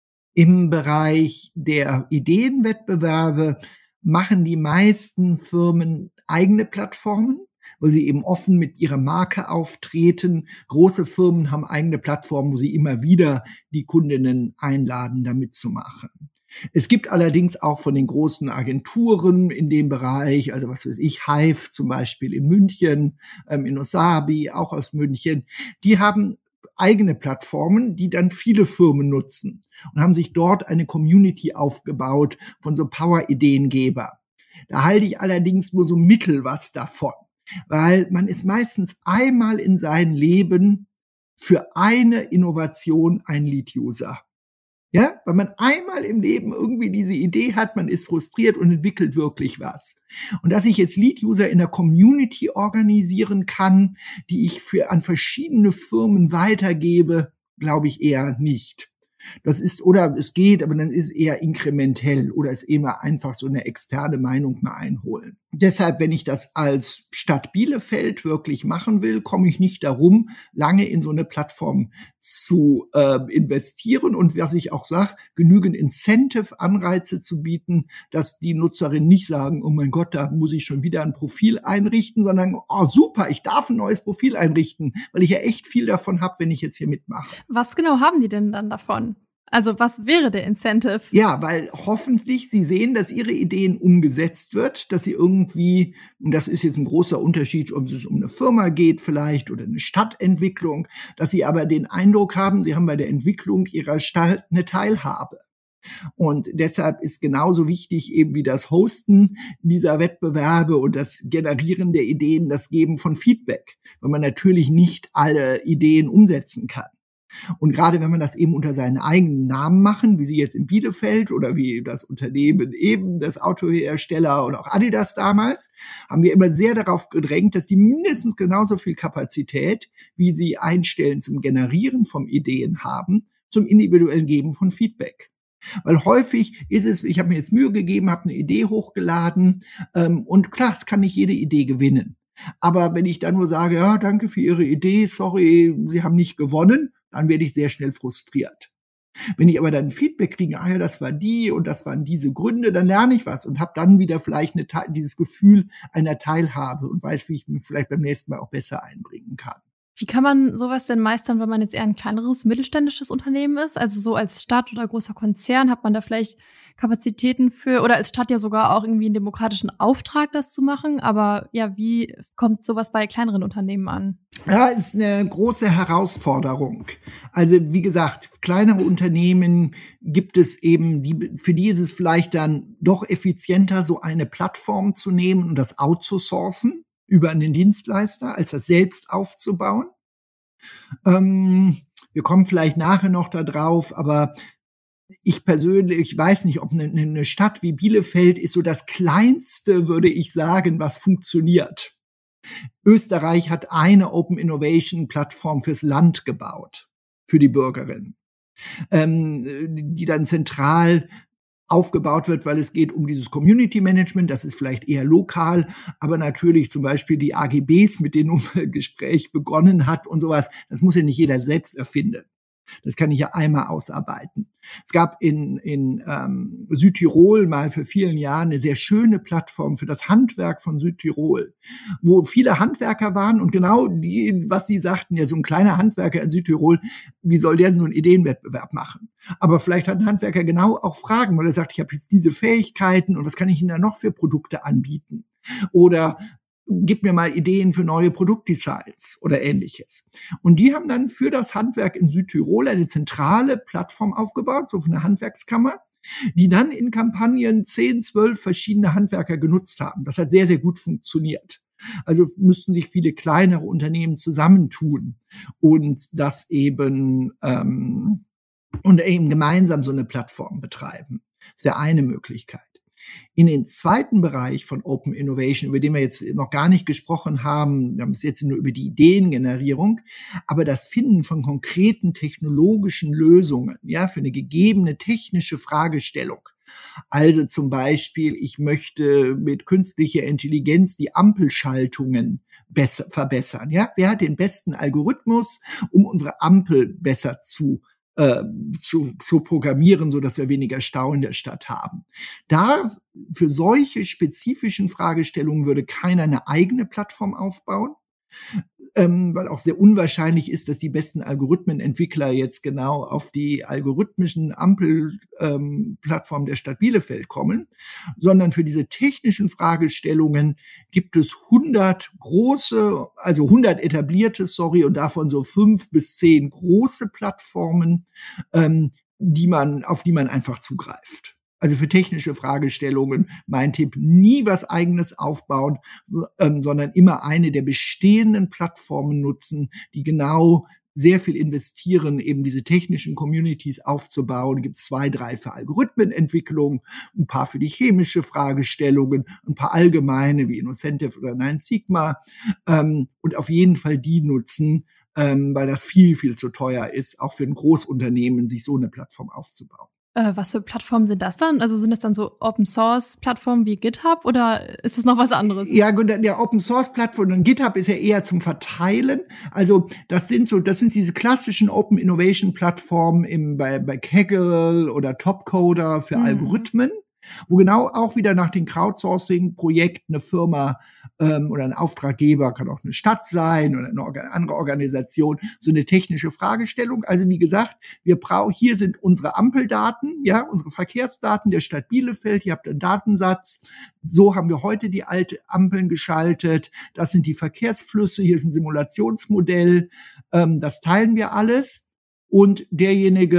Im Bereich der Ideenwettbewerbe machen die meisten Firmen eigene Plattformen, weil sie eben offen mit ihrer Marke auftreten. Große Firmen haben eigene Plattformen, wo sie immer wieder die Kundinnen einladen, da mitzumachen. Es gibt allerdings auch von den großen Agenturen in dem Bereich, also was weiß ich, Hive zum Beispiel in München, Inosabi auch aus München, die haben eigene Plattformen, die dann viele Firmen nutzen und haben sich dort eine Community aufgebaut von so Power-Ideengeber. Da halte ich allerdings nur so mittel was davon. Weil man ist meistens einmal in seinem Leben für eine Innovation ein Lead-User. Ja, weil man einmal im Leben irgendwie diese Idee hat, man ist frustriert und entwickelt wirklich was. Und dass ich jetzt Lead-User in der Community organisieren kann, die ich an verschiedene Firmen weitergebe, glaube ich eher nicht. Das ist, oder es geht, aber dann ist eher inkrementell oder ist immer einfach so eine externe Meinung mal einholen. Deshalb, wenn ich das als Stadt Bielefeld wirklich machen will, komme ich nicht darum, lange in so eine Plattform zu investieren und was ich auch sage, genügend Incentive, Anreize zu bieten, dass die Nutzerinnen nicht sagen, oh mein Gott, da muss ich schon wieder ein Profil einrichten, sondern, oh super, ich darf ein neues Profil einrichten, weil ich ja echt viel davon habe, wenn ich jetzt hier mitmache. Was genau haben die denn dann davon? Also was wäre der Incentive? Ja, weil hoffentlich sie sehen, dass ihre Ideen umgesetzt wird, dass sie irgendwie, und das ist jetzt ein großer Unterschied, ob es um eine Firma geht vielleicht oder eine Stadtentwicklung, dass sie aber den Eindruck haben, sie haben bei der Entwicklung ihrer Stadt eine Teilhabe. Und deshalb ist genauso wichtig eben wie das Hosten dieser Wettbewerbe und das Generieren der Ideen, das Geben von Feedback, weil man natürlich nicht alle Ideen umsetzen kann. Und gerade wenn man das eben unter seinen eigenen Namen machen, wie sie jetzt in Bielefeld oder wie das Unternehmen eben, das Autohersteller oder auch Adidas damals, haben wir immer sehr darauf gedrängt, dass die mindestens genauso viel Kapazität, wie sie einstellen zum Generieren von Ideen haben, zum individuellen Geben von Feedback. Weil häufig ist es, ich habe mir jetzt Mühe gegeben, habe eine Idee hochgeladen und klar, es kann nicht jede Idee gewinnen. Aber wenn ich dann nur sage, ja, danke für Ihre Idee, sorry, Sie haben nicht gewonnen, dann werde ich sehr schnell frustriert. Wenn ich aber dann Feedback kriege, ja, das war die und das waren diese Gründe, dann lerne ich was und habe dann wieder vielleicht dieses Gefühl einer Teilhabe und weiß, wie ich mich vielleicht beim nächsten Mal auch besser einbringen kann. Wie kann man sowas denn meistern, wenn man jetzt eher ein kleineres, mittelständisches Unternehmen ist? Also so als Stadt oder großer Konzern hat man da vielleicht Kapazitäten für, oder als Stadt ja sogar auch irgendwie einen demokratischen Auftrag, das zu machen. Aber ja, wie kommt sowas bei kleineren Unternehmen an? Ja, ist eine große Herausforderung. Also wie gesagt, kleinere Unternehmen gibt es eben, für die ist es vielleicht dann doch effizienter, so eine Plattform zu nehmen und das outzusourcen über einen Dienstleister, als das selbst aufzubauen. Wir kommen vielleicht nachher noch da drauf, aber ich persönlich weiß nicht, ob eine Stadt wie Bielefeld ist so das Kleinste, würde ich sagen, was funktioniert. Österreich hat eine Open Innovation Plattform fürs Land gebaut, für die Bürgerinnen, die dann zentral aufgebaut wird, weil es geht um dieses Community Management, das ist vielleicht eher lokal, aber natürlich zum Beispiel die AGBs, mit denen unser Gespräch begonnen hat und sowas, das muss ja nicht jeder selbst erfinden. Das kann ich ja einmal ausarbeiten. Es gab in Südtirol mal für vielen Jahren eine sehr schöne Plattform für das Handwerk von Südtirol, wo viele Handwerker waren und genau die, was sie sagten, ja, so ein kleiner Handwerker in Südtirol, wie soll der so einen Ideenwettbewerb machen? Aber vielleicht hat ein Handwerker genau auch Fragen, weil er sagt, ich habe jetzt diese Fähigkeiten und was kann ich Ihnen da noch für Produkte anbieten? Oder gib mir mal Ideen für neue Produktdesigns oder Ähnliches. Und die haben dann für das Handwerk in Südtirol eine zentrale Plattform aufgebaut, so für eine Handwerkskammer, die dann in Kampagnen 10, 12 verschiedene Handwerker genutzt haben. Das hat sehr, sehr gut funktioniert. Also müssten sich viele kleinere Unternehmen zusammentun und das eben gemeinsam so eine Plattform betreiben. Das wäre eine Möglichkeit. In den zweiten Bereich von Open Innovation, über den wir jetzt noch gar nicht gesprochen haben, wir haben es jetzt nur über die Ideengenerierung, aber das Finden von konkreten technologischen Lösungen, ja, für eine gegebene technische Fragestellung. Also zum Beispiel, ich möchte mit künstlicher Intelligenz die Ampelschaltungen verbessern, ja. Wer hat den besten Algorithmus, um unsere Ampel besser zu programmieren, so dass wir weniger Stau in der Stadt haben. Da für solche spezifischen Fragestellungen würde keiner eine eigene Plattform aufbauen, weil auch sehr unwahrscheinlich ist, dass die besten Algorithmenentwickler jetzt genau auf die algorithmischen Ampelplattformen der Stadt Bielefeld kommen, sondern für diese technischen Fragestellungen gibt es 100 etablierte, und davon so 5 bis 10 große Plattformen, auf die man einfach zugreift. Also für technische Fragestellungen, mein Tipp, nie was Eigenes aufbauen, sondern immer eine der bestehenden Plattformen nutzen, die genau sehr viel investieren, eben diese technischen Communities aufzubauen. Da gibt es 2, 3 für Algorithmenentwicklung, ein paar für die chemische Fragestellungen, ein paar allgemeine wie Innocentive oder Nine Sigma und auf jeden Fall die nutzen, weil das viel, viel zu teuer ist, auch für ein Großunternehmen, sich so eine Plattform aufzubauen. Was für Plattformen sind das dann? Also sind das dann so Open-Source-Plattformen wie GitHub oder ist es noch was anderes? Ja, gut, der Open-Source-Plattform und GitHub ist ja eher zum Verteilen. Also das sind diese klassischen Open-Innovation-Plattformen bei Kaggle oder Topcoder für Algorithmen, wo genau auch wieder nach dem Crowdsourcing-Projekt eine Firma oder ein Auftraggeber, kann auch eine Stadt sein oder eine andere Organisation, so eine technische Fragestellung. Also wie gesagt, hier sind unsere Ampeldaten, ja, unsere Verkehrsdaten der Stadt Bielefeld, ihr habt einen Datensatz, so haben wir heute die alte Ampeln geschaltet, das sind die Verkehrsflüsse, hier ist ein Simulationsmodell, das teilen wir alles und derjenige,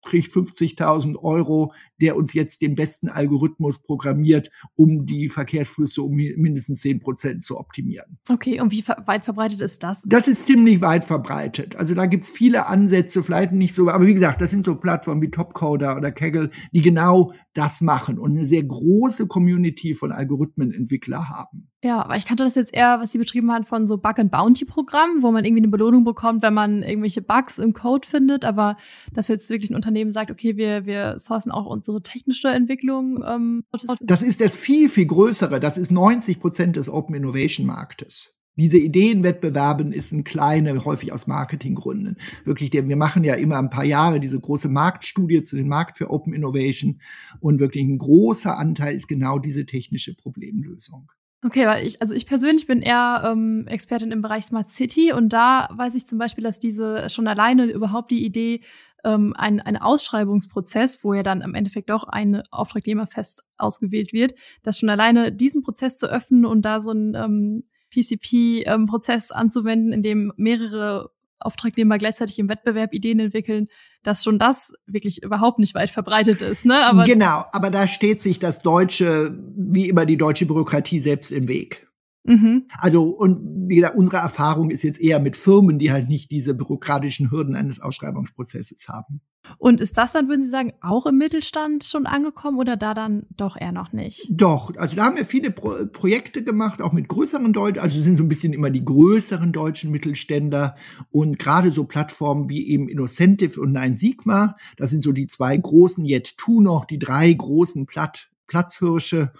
kriegt 50.000 €, der uns jetzt den besten Algorithmus programmiert, um die Verkehrsflüsse um mindestens 10% zu optimieren. Okay, und wie weit verbreitet ist das? Das ist ziemlich weit verbreitet. Also da gibt's viele Ansätze, vielleicht nicht so, aber wie gesagt, das sind so Plattformen wie Topcoder oder Kaggle, die genau das machen und eine sehr große Community von Algorithmenentwickler haben. Ja, aber ich kannte das jetzt eher, was Sie betrieben haben, von so Bug-and-Bounty-Programmen, wo man irgendwie eine Belohnung bekommt, wenn man irgendwelche Bugs im Code findet, aber dass jetzt wirklich ein Unternehmen sagt, okay, wir sourcen auch unsere technische Entwicklung. Das ist das viel, viel Größere. Das ist 90% des Open Innovation Marktes. Diese Ideenwettbewerben ist ein kleine, häufig aus Marketinggründen. Wirklich, wir machen ja immer ein paar Jahre diese große Marktstudie zu dem Markt für Open Innovation und wirklich ein großer Anteil ist genau diese technische Problemlösung. Okay, weil ich persönlich bin eher Expertin im Bereich Smart City und da weiß ich zum Beispiel, dass diese schon alleine überhaupt die Idee, ein Ausschreibungsprozess, wo ja dann im Endeffekt auch ein Auftragnehmer fest ausgewählt wird, dass schon alleine diesen Prozess zu öffnen und da so ein PCP-Prozess anzuwenden, in dem mehrere Auftragnehmer gleichzeitig im Wettbewerb Ideen entwickeln, dass schon das wirklich überhaupt nicht weit verbreitet ist, ne? Aber genau, aber da steht sich das deutsche, wie immer die deutsche Bürokratie selbst im Weg. Mhm. Also, und wie gesagt, unsere Erfahrung ist jetzt eher mit Firmen, die halt nicht diese bürokratischen Hürden eines Ausschreibungsprozesses haben. Und ist das dann, würden Sie sagen, auch im Mittelstand schon angekommen oder da dann doch eher noch nicht? Doch, also da haben wir viele Projekte gemacht, auch mit größeren Deutschen, also sind so ein bisschen immer die größeren deutschen Mittelständler und gerade so Plattformen wie eben Innocentive und Nine Sigma, das sind so die zwei großen, Jet2 noch, die drei großen Platzhirsche,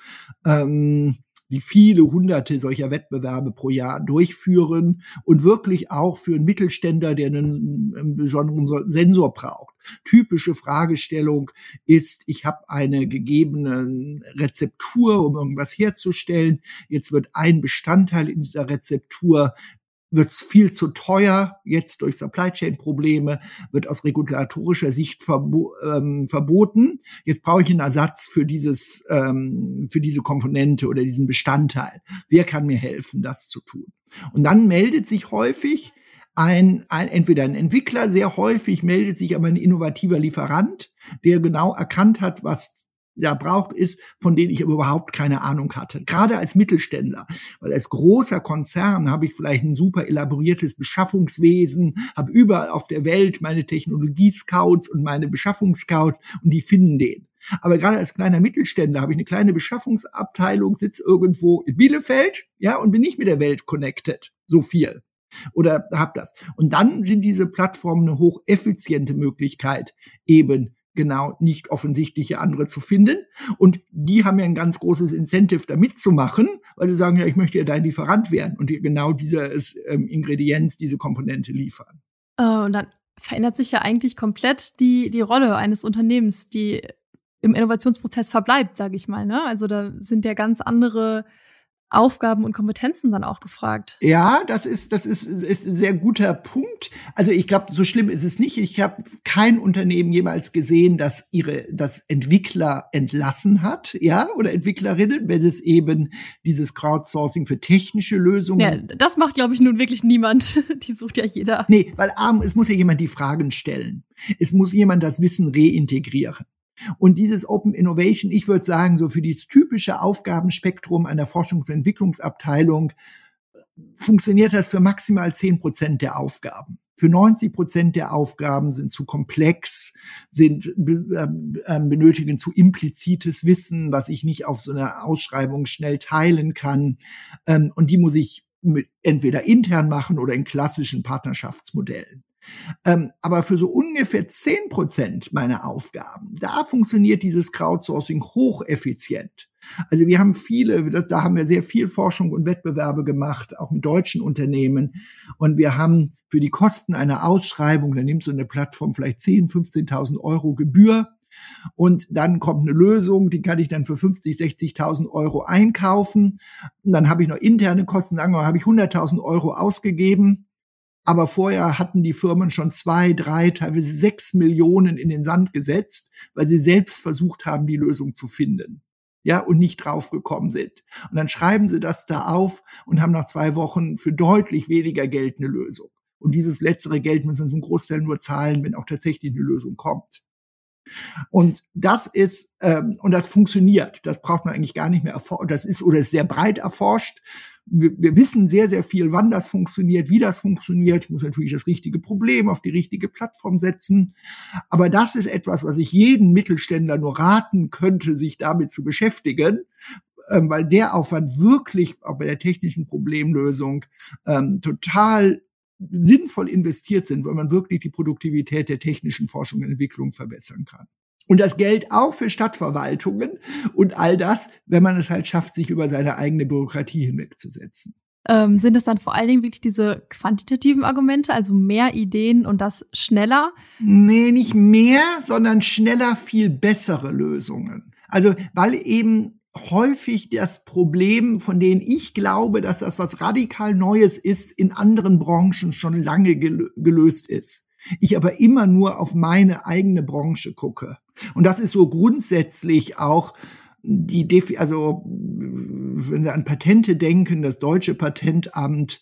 die viele hunderte solcher Wettbewerbe pro Jahr durchführen und wirklich auch für einen Mittelständler, der einen besonderen Sensor braucht. Typische Fragestellung ist, ich habe eine gegebene Rezeptur, um irgendwas herzustellen. Jetzt wird ein Bestandteil in dieser Rezeptur wird viel zu teuer, jetzt durch Supply Chain Probleme, wird aus regulatorischer Sicht verboten. Jetzt brauche ich einen Ersatz für diese Komponente oder diesen Bestandteil. Wer kann mir helfen, das zu tun? Und dann meldet sich häufig entweder ein Entwickler, sehr häufig meldet sich aber ein innovativer Lieferant, der genau erkannt hat, was da braucht, ist, von denen ich aber überhaupt keine Ahnung hatte. Gerade als Mittelständler, weil als großer Konzern habe ich vielleicht ein super elaboriertes Beschaffungswesen, habe überall auf der Welt meine Technologie-Scouts und meine Beschaffungsscouts und die finden den. Aber gerade als kleiner Mittelständler habe ich eine kleine Beschaffungsabteilung, sitze irgendwo in Bielefeld, ja, und bin nicht mit der Welt connected. So viel. Oder hab das. Und dann sind diese Plattformen eine hocheffiziente Möglichkeit, eben genau nicht offensichtliche andere zu finden. Und die haben ja ein ganz großes Incentive, da mitzumachen, weil sie sagen, ja, ich möchte ja dein Lieferant werden und dir genau dieses Ingredienz, diese Komponente liefern. Und dann verändert sich ja eigentlich komplett die Rolle eines Unternehmens, die im Innovationsprozess verbleibt, sage ich mal, ne? Also da sind ja ganz andere Aufgaben und Kompetenzen dann auch gefragt. Ja, das ist ein sehr guter Punkt. Also ich glaube, so schlimm ist es nicht. Ich habe kein Unternehmen jemals gesehen, das Entwickler entlassen hat, ja, oder Entwicklerinnen, wenn es eben dieses Crowdsourcing für technische Lösungen. Ja, das macht, glaube ich, nun wirklich niemand. Die sucht ja jeder. Nee, weil es muss ja jemand die Fragen stellen. Es muss jemand das Wissen reintegrieren. Und dieses Open Innovation, ich würde sagen, so für das typische Aufgabenspektrum einer Forschungs- und Entwicklungsabteilung funktioniert das für maximal 10% der Aufgaben. Für 90% der Aufgaben sind zu komplex, benötigen zu implizites Wissen, was ich nicht auf so einer Ausschreibung schnell teilen kann. Und die muss ich entweder intern machen oder in klassischen Partnerschaftsmodellen. Aber für so ungefähr 10% meiner Aufgaben, da funktioniert dieses Crowdsourcing hocheffizient. Also wir haben da haben wir sehr viel Forschung und Wettbewerbe gemacht, auch mit deutschen Unternehmen. Und wir haben für die Kosten einer Ausschreibung, da nimmt so eine Plattform vielleicht 10.000, 15.000 € Gebühr. Und dann kommt eine Lösung, die kann ich dann für 50.000, 60.000 € einkaufen. Und dann habe ich noch interne Kosten, sagen wir mal, habe ich 100.000 € ausgegeben. Aber vorher hatten die Firmen schon 2, 3, teilweise 6 Millionen in den Sand gesetzt, weil sie selbst versucht haben, die Lösung zu finden. Ja, und nicht draufgekommen sind. Und dann schreiben sie das da auf und haben nach 2 Wochen für deutlich weniger Geld eine Lösung. Und dieses letztere Geld müssen sie zum Großteil nur zahlen, wenn auch tatsächlich eine Lösung kommt. Und das ist, und das funktioniert. Das braucht man eigentlich gar nicht mehr erforschen. Das ist sehr breit erforscht. Wir wissen sehr, sehr viel, wann das funktioniert, wie das funktioniert. Ich muss natürlich das richtige Problem auf die richtige Plattform setzen. Aber das ist etwas, was ich jeden Mittelständler nur raten könnte, sich damit zu beschäftigen, weil der Aufwand wirklich auch bei der technischen Problemlösung total sinnvoll investiert sind, weil man wirklich die Produktivität der technischen Forschung und Entwicklung verbessern kann. Und das gilt auch für Stadtverwaltungen und all das, wenn man es halt schafft, sich über seine eigene Bürokratie hinwegzusetzen. Sind es dann vor allen Dingen wirklich diese quantitativen Argumente, also mehr Ideen und das schneller? Nee, nicht mehr, sondern schneller viel bessere Lösungen. Also, weil eben häufig das Problem, von denen ich glaube, dass das was radikal Neues ist, in anderen Branchen schon lange gelöst ist. Ich aber immer nur auf meine eigene Branche gucke. Und das ist so grundsätzlich auch also wenn Sie an Patente denken, das deutsche Patentamt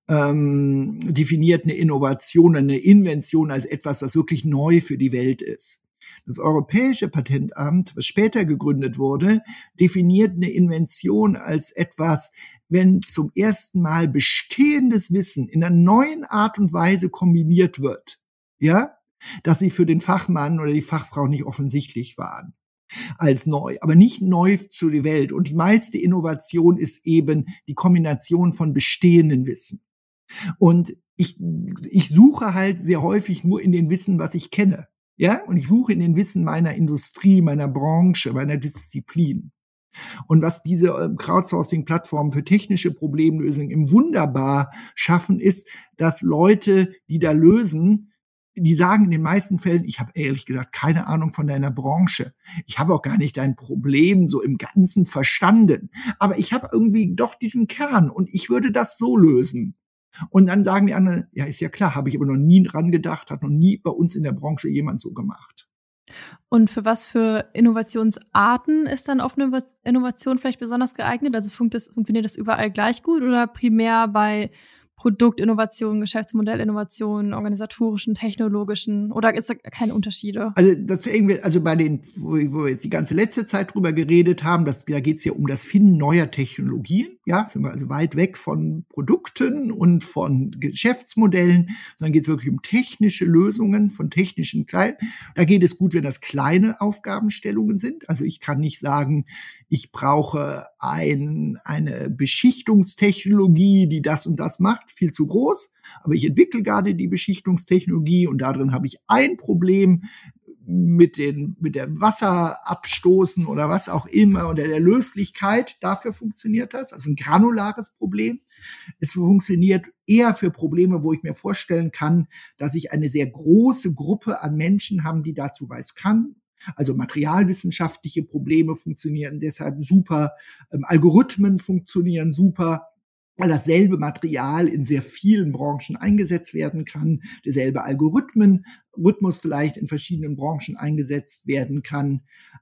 definiert eine Innovation, eine Invention als etwas, was wirklich neu für die Welt ist. Das europäische Patentamt, was später gegründet wurde, definiert eine Invention als etwas, wenn zum ersten Mal bestehendes Wissen in einer neuen Art und Weise kombiniert wird, ja, dass sie für den Fachmann oder die Fachfrau nicht offensichtlich waren als neu, aber nicht neu zu der Welt. Und die meiste Innovation ist eben die Kombination von bestehendem Wissen. Und ich suche halt sehr häufig nur in den Wissen, was ich kenne. Ja, und ich suche in den Wissen meiner Industrie, meiner Branche, meiner Disziplin. Und was diese Crowdsourcing-Plattformen für technische Problemlösungen im wunderbar schaffen, ist, dass Leute, die da lösen, die sagen in den meisten Fällen, ich habe ehrlich gesagt keine Ahnung von deiner Branche. Ich habe auch gar nicht dein Problem so im Ganzen verstanden. Aber ich habe irgendwie doch diesen Kern und ich würde das so lösen. Und dann sagen die anderen, ja, ist ja klar, habe ich aber noch nie dran gedacht, hat noch nie bei uns in der Branche jemand so gemacht. Und für was für Innovationsarten ist dann offene Innovation vielleicht besonders geeignet? Also funktioniert das überall gleich gut oder primär bei Produktinnovationen, Geschäftsmodellinnovationen, organisatorischen, technologischen, oder gibt es da keine Unterschiede? Also bei den, wo wir jetzt die ganze letzte Zeit drüber geredet haben, da geht es ja um das Finden neuer Technologien, ja, sind wir also weit weg von Produkten und von Geschäftsmodellen, sondern geht es wirklich um technische Lösungen von technischen Kleinen. Da geht es gut, wenn das kleine Aufgabenstellungen sind. Also ich kann nicht sagen, ich brauche eine Beschichtungstechnologie, die das und das macht, viel zu groß. Aber ich entwickle gerade die Beschichtungstechnologie und darin habe ich ein Problem mit der Wasserabstoßen oder was auch immer oder der Löslichkeit. Dafür funktioniert das. Also ein granulares Problem. Es funktioniert eher für Probleme, wo ich mir vorstellen kann, dass ich eine sehr große Gruppe an Menschen habe, die dazu was kann. Also materialwissenschaftliche Probleme funktionieren deshalb super, Algorithmen funktionieren super, weil dasselbe Material in sehr vielen Branchen eingesetzt werden kann, derselbe Rhythmus vielleicht in verschiedenen Branchen eingesetzt werden kann.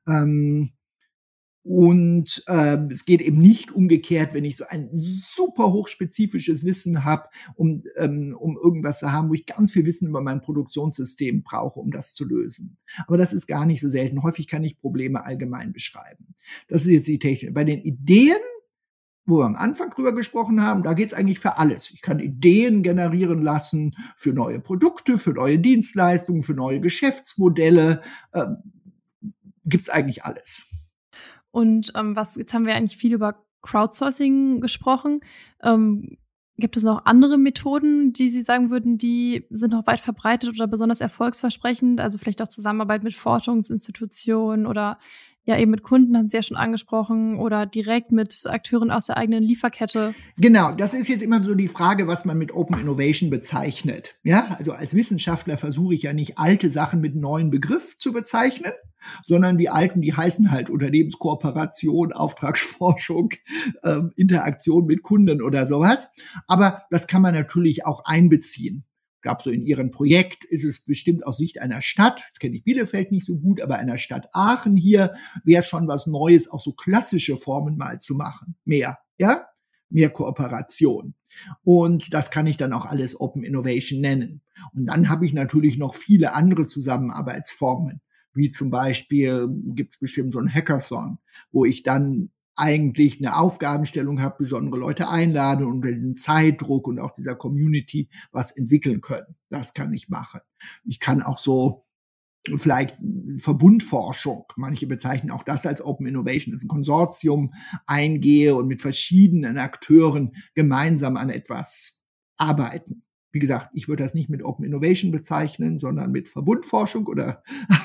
Es geht eben nicht umgekehrt, wenn ich so ein super hochspezifisches Wissen habe, um irgendwas zu haben, wo ich ganz viel Wissen über mein Produktionssystem brauche, um das zu lösen. Aber das ist gar nicht so selten. Häufig kann ich Probleme allgemein beschreiben. Das ist jetzt die Technik. Bei den Ideen, wo wir am Anfang drüber gesprochen haben, da geht's eigentlich für alles. Ich kann Ideen generieren lassen für neue Produkte, für neue Dienstleistungen, für neue Geschäftsmodelle. Gibt's eigentlich alles. Und jetzt haben wir eigentlich viel über Crowdsourcing gesprochen. Gibt es noch andere Methoden, die Sie sagen würden, die sind noch weit verbreitet oder besonders erfolgsversprechend? Also vielleicht auch Zusammenarbeit mit Forschungsinstitutionen oder ja eben mit Kunden, hatten Sie ja schon angesprochen, oder direkt mit Akteuren aus der eigenen Lieferkette. Genau, das ist jetzt immer so die Frage, was man mit Open Innovation bezeichnet. Ja, also als Wissenschaftler versuche ich ja nicht alte Sachen mit neuen Begriff zu bezeichnen, sondern die alten, die heißen halt Unternehmenskooperation, Auftragsforschung, Interaktion mit Kunden oder sowas. Aber das kann man natürlich auch einbeziehen. Gab so in Ihrem Projekt, ist es bestimmt aus Sicht einer Stadt, das kenne ich Bielefeld nicht so gut, aber einer Stadt Aachen hier wäre es schon was Neues, auch so klassische Formen mal zu machen. Mehr Kooperation. Und das kann ich dann auch alles Open Innovation nennen. Und dann habe ich natürlich noch viele andere Zusammenarbeitsformen. Wie zum Beispiel gibt es bestimmt so ein Hackathon, wo ich dann eigentlich eine Aufgabenstellung habe, besondere Leute einlade und unter diesem Zeitdruck und auch dieser Community was entwickeln können. Das kann ich machen. Ich kann auch so vielleicht Verbundforschung, manche bezeichnen auch das als Open Innovation, das ist ein Konsortium, eingehe und mit verschiedenen Akteuren gemeinsam an etwas arbeiten. Wie gesagt, ich würde das nicht mit Open Innovation bezeichnen, sondern mit Verbundforschung oder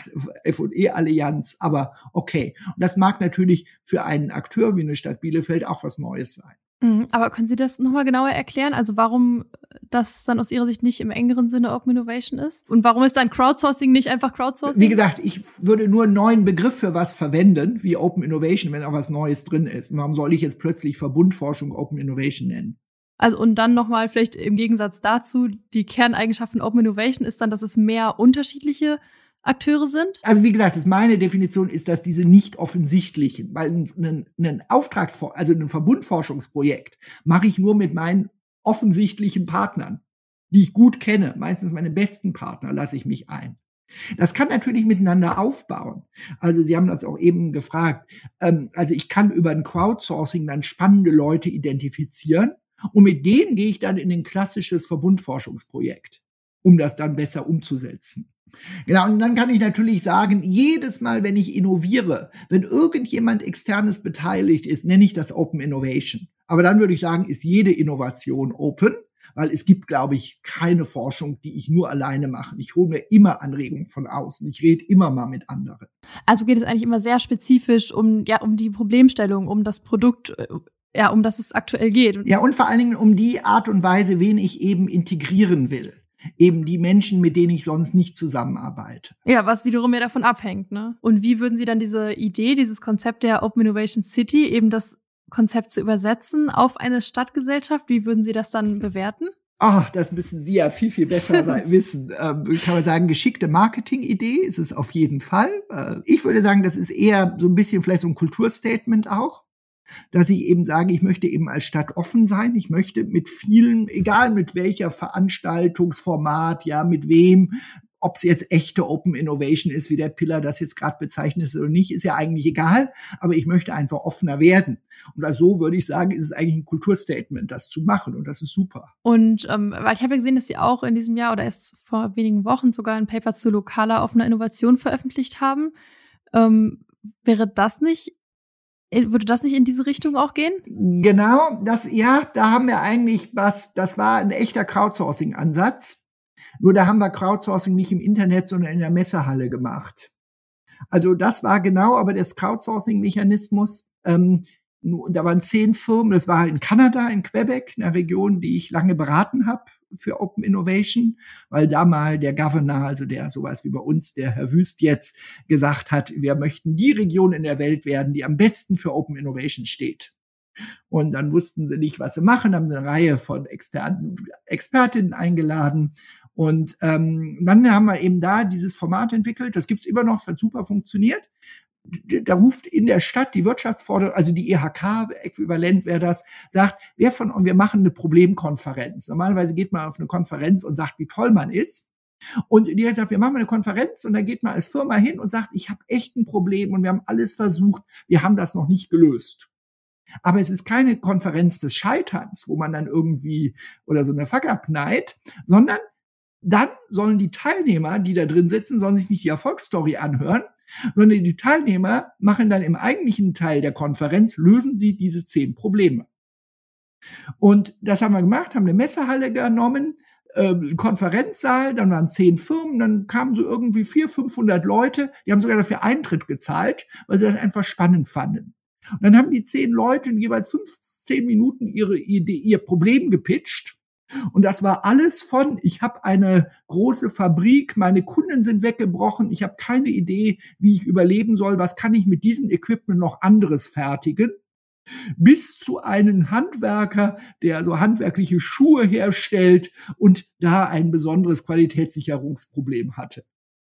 F&E-Allianz, aber okay. Und das mag natürlich für einen Akteur wie eine Stadt Bielefeld auch was Neues sein. Aber können Sie das nochmal genauer erklären? Also warum das dann aus Ihrer Sicht nicht im engeren Sinne Open Innovation ist? Und warum ist dann Crowdsourcing nicht einfach Crowdsourcing? Wie gesagt, ich würde nur einen neuen Begriff für was verwenden, wie Open Innovation, wenn auch was Neues drin ist. Und warum soll ich jetzt plötzlich Verbundforschung Open Innovation nennen? Also und dann nochmal vielleicht im Gegensatz dazu, die Kerneigenschaft von Open Innovation ist dann, dass es mehr unterschiedliche Akteure sind? Also wie gesagt, meine Definition ist, dass diese nicht offensichtlichen, weil ein also ein Verbundforschungsprojekt mache ich nur mit meinen offensichtlichen Partnern, die ich gut kenne. Meistens meine besten Partner lasse ich mich ein. Das kann natürlich miteinander aufbauen. Also Sie haben das auch eben gefragt. Also ich kann über ein Crowdsourcing dann spannende Leute identifizieren und mit denen gehe ich dann in ein klassisches Verbundforschungsprojekt, um das dann besser umzusetzen. Genau, und dann kann ich natürlich sagen, jedes Mal, wenn ich innoviere, wenn irgendjemand Externes beteiligt ist, nenne ich das Open Innovation. Aber dann würde ich sagen, ist jede Innovation open, weil es gibt, glaube ich, keine Forschung, die ich nur alleine mache. Ich hole mir immer Anregungen von außen. Ich rede immer mal mit anderen. Also geht es eigentlich immer sehr spezifisch um die Problemstellung, um das Produkt, um das es aktuell geht. Ja, und vor allen Dingen um die Art und Weise, wen ich eben integrieren will. Eben die Menschen, mit denen ich sonst nicht zusammenarbeite. Ja, was wiederum ja davon abhängt, ne? Und wie würden Sie dann diese Idee, dieses Konzept der Open Innovation City, eben das Konzept zu übersetzen auf eine Stadtgesellschaft, wie würden Sie das dann bewerten? Das müssen Sie ja viel, viel besser wissen. Kann man sagen, geschickte Marketing-Idee ist es auf jeden Fall. Ich würde sagen, das ist eher so ein bisschen vielleicht so ein Kulturstatement auch. Dass ich eben sage, ich möchte eben als Stadt offen sein. Ich möchte mit vielen, egal mit welcher Veranstaltungsformat, ja, mit wem, ob es jetzt echte Open Innovation ist, wie der Piller das jetzt gerade bezeichnet oder nicht, ist ja eigentlich egal. Aber ich möchte einfach offener werden. Und also würde ich sagen, ist es eigentlich ein Kulturstatement, das zu machen. Und das ist super. Und weil ich habe ja gesehen, dass Sie auch in diesem Jahr oder erst vor wenigen Wochen sogar ein Paper zu lokaler offener Innovation veröffentlicht haben. Würde das nicht in diese Richtung auch gehen? Genau, da haben wir eigentlich das war ein echter Crowdsourcing-Ansatz. Nur da haben wir Crowdsourcing nicht im Internet, sondern in der Messehalle gemacht. Also das war genau, aber das Crowdsourcing-Mechanismus, da waren 10 Firmen, das war in Kanada, in Quebec, einer Region, die ich lange beraten habe für Open Innovation, weil da mal der Governor, also der sowas wie bei uns, der Herr Wüst jetzt, gesagt hat, wir möchten die Region in der Welt werden, die am besten für Open Innovation steht. Und dann wussten sie nicht, was sie machen, haben sie eine Reihe von externen Expertinnen eingeladen. Und dann haben wir eben da dieses Format entwickelt, das gibt's immer noch, es hat super funktioniert. Da ruft in der Stadt die Wirtschaftsförderung, also die IHK-Äquivalent wäre das, sagt, wir machen eine Problemkonferenz. Normalerweise geht man auf eine Konferenz und sagt, wie toll man ist. Und die hat gesagt, wir machen eine Konferenz und dann geht man als Firma hin und sagt, ich habe echt ein Problem und wir haben alles versucht, wir haben das noch nicht gelöst. Aber es ist keine Konferenz des Scheiterns, wo man dann irgendwie oder so eine Fuck-Up-Night, sondern dann sollen die Teilnehmer, die da drin sitzen, sollen sich nicht die Erfolgsstory anhören, sondern die Teilnehmer machen dann im eigentlichen Teil der Konferenz, lösen sie diese 10 Probleme. Und das haben wir gemacht, haben eine Messehalle genommen, Konferenzsaal, dann waren 10 Firmen, dann kamen so irgendwie 400-500 Leute, die haben sogar dafür Eintritt gezahlt, weil sie das einfach spannend fanden. Und dann haben die 10 Leute in jeweils 15 Minuten ihr Problem gepitcht. Und das war alles von, ich habe eine große Fabrik, meine Kunden sind weggebrochen, ich habe keine Idee, wie ich überleben soll, was kann ich mit diesem Equipment noch anderes fertigen, bis zu einem Handwerker, der so handwerkliche Schuhe herstellt und da ein besonderes Qualitätssicherungsproblem hatte.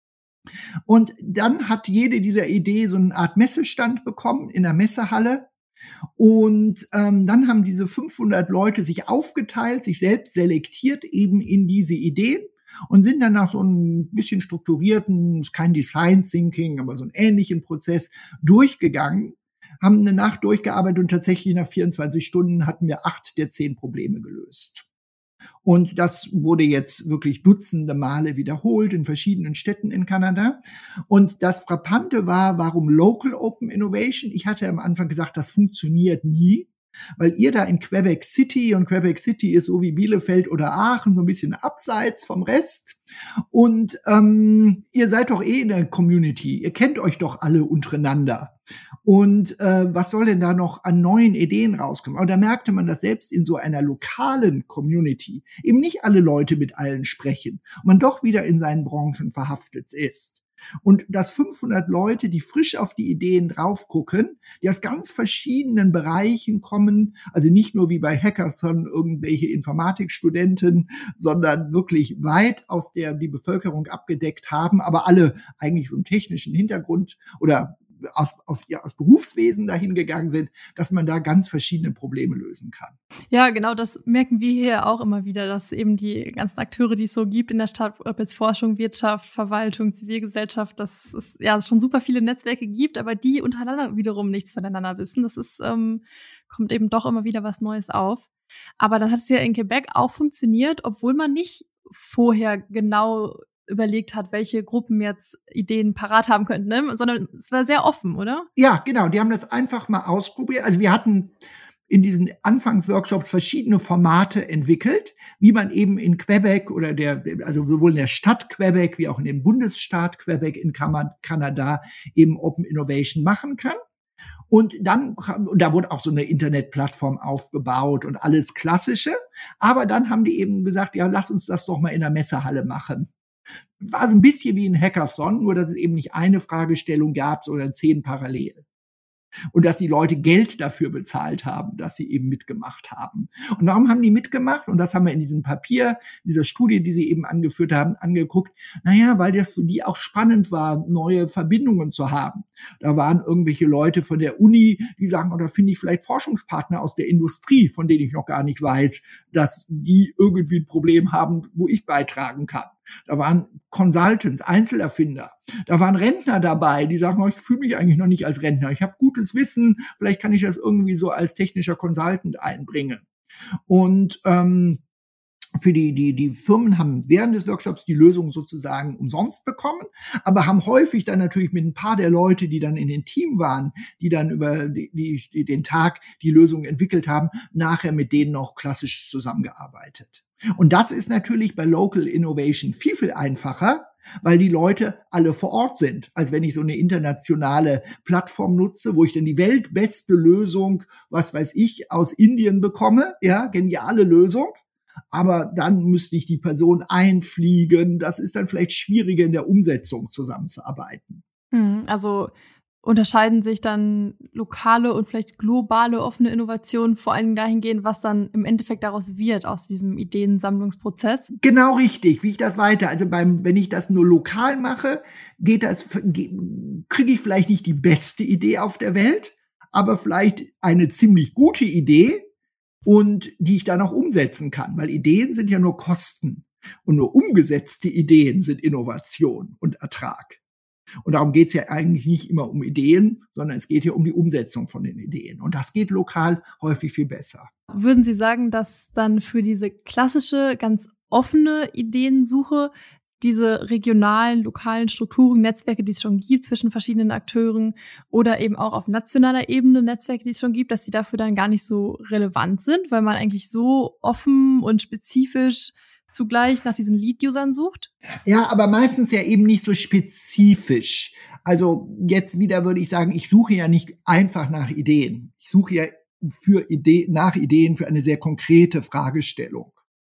Und dann hat jede dieser Idee so eine Art Messestand bekommen in der Messehalle. Und dann haben diese 500 Leute sich aufgeteilt, sich selbst selektiert eben in diese Ideen. und sind dann nach so ein bisschen strukturierten, ist kein Design Thinking, aber so einen ähnlichen Prozess durchgegangen, haben eine Nacht durchgearbeitet und tatsächlich nach 24 Stunden hatten wir 8 der 10 Probleme gelöst. Und das wurde jetzt wirklich dutzende Male wiederholt in verschiedenen Städten in Kanada. Und das Frappante war, warum Local Open Innovation? Ich hatte am Anfang gesagt, das funktioniert nie, weil ihr da in Quebec City, und Quebec City ist so wie Bielefeld oder Aachen, so ein bisschen abseits vom Rest. Und ihr seid doch in der Community, ihr kennt euch doch alle untereinander. Und was soll denn da noch an neuen Ideen rauskommen? Aber da merkte man, dass selbst in so einer lokalen Community eben nicht alle Leute mit allen sprechen und man doch wieder in seinen Branchen verhaftet ist. Und dass 500 Leute, die frisch auf die Ideen drauf gucken, die aus ganz verschiedenen Bereichen kommen, also nicht nur wie bei Hackathon irgendwelche Informatikstudenten, sondern wirklich weit aus die Bevölkerung abgedeckt haben, aber alle eigentlich so einen technischen Hintergrund oder aus Berufswesen dahin gegangen sind, dass man da ganz verschiedene Probleme lösen kann. Ja, genau, das merken wir hier auch immer wieder, dass eben die ganzen Akteure, die es so gibt in der Stadt, ob es Forschung, Wirtschaft, Verwaltung, Zivilgesellschaft, dass es ja schon super viele Netzwerke gibt, aber die untereinander wiederum nichts voneinander wissen. Das ist, kommt eben doch immer wieder was Neues auf. Aber dann hat es ja in Quebec auch funktioniert, obwohl man nicht vorher genau überlegt hat, welche Gruppen jetzt Ideen parat haben könnten, ne? Sondern es war sehr offen, oder? Ja, genau. Die haben das einfach mal ausprobiert. Also wir hatten in diesen Anfangsworkshops verschiedene Formate entwickelt, wie man eben in Quebec oder also sowohl in der Stadt Quebec wie auch in dem Bundesstaat Quebec in Kanada eben Open Innovation machen kann. Und dann, da wurde auch so eine Internetplattform aufgebaut und alles Klassische. Aber dann haben die eben gesagt, ja, lass uns das doch mal in der Messehalle machen. War so ein bisschen wie ein Hackathon, nur dass es eben nicht eine Fragestellung gab, sondern 10 parallel. Und dass die Leute Geld dafür bezahlt haben, dass sie eben mitgemacht haben. Und warum haben die mitgemacht? Und das haben wir in diesem Papier, dieser Studie, die Sie eben angeführt haben, angeguckt. Naja, weil das für die auch spannend war, neue Verbindungen zu haben. Da waren irgendwelche Leute von der Uni, die sagen, oh, da finde ich vielleicht Forschungspartner aus der Industrie, von denen ich noch gar nicht weiß, dass die irgendwie ein Problem haben, wo ich beitragen kann. Da waren Consultants, Einzelerfinder. Da waren Rentner dabei, die sagen, oh, ich fühle mich eigentlich noch nicht als Rentner. Ich habe gutes Wissen, vielleicht kann ich das irgendwie so als technischer Consultant einbringen. Und für die Firmen haben während des Workshops die Lösung sozusagen umsonst bekommen, aber haben häufig dann natürlich mit ein paar der Leute, die dann in den Team waren, die dann über den Tag die Lösung entwickelt haben, nachher mit denen noch klassisch zusammengearbeitet. Und das ist natürlich bei Local Innovation viel, viel einfacher, weil die Leute alle vor Ort sind, als wenn ich so eine internationale Plattform nutze, wo ich dann die weltbeste Lösung, was weiß ich, aus Indien bekomme, ja, geniale Lösung. Aber dann müsste ich die Person einfliegen. Das ist dann vielleicht schwieriger in der Umsetzung zusammenzuarbeiten. Also unterscheiden sich dann lokale und vielleicht globale offene Innovationen vor allem dahingehend, was dann im Endeffekt daraus wird aus diesem Ideensammlungsprozess? Genau richtig. Wie ich das weiter? Also wenn ich das nur lokal mache, kriege ich vielleicht nicht die beste Idee auf der Welt, aber vielleicht eine ziemlich gute Idee und die ich dann auch umsetzen kann, weil Ideen sind ja nur Kosten und nur umgesetzte Ideen sind Innovation und Ertrag. Und darum geht es ja eigentlich nicht immer um Ideen, sondern es geht ja um die Umsetzung von den Ideen. Und das geht lokal häufig viel besser. Würden Sie sagen, dass dann für diese klassische, ganz offene Ideensuche diese regionalen, lokalen Strukturen, Netzwerke, die es schon gibt zwischen verschiedenen Akteuren oder eben auch auf nationaler Ebene Netzwerke, die es schon gibt, dass die dafür dann gar nicht so relevant sind, weil man eigentlich so offen und spezifisch zugleich nach diesen Lead-Usern sucht? Ja, aber meistens ja eben nicht so spezifisch. Also jetzt wieder würde ich sagen, ich suche ja nicht einfach nach Ideen. Ich suche ja nach Ideen für eine sehr konkrete Fragestellung.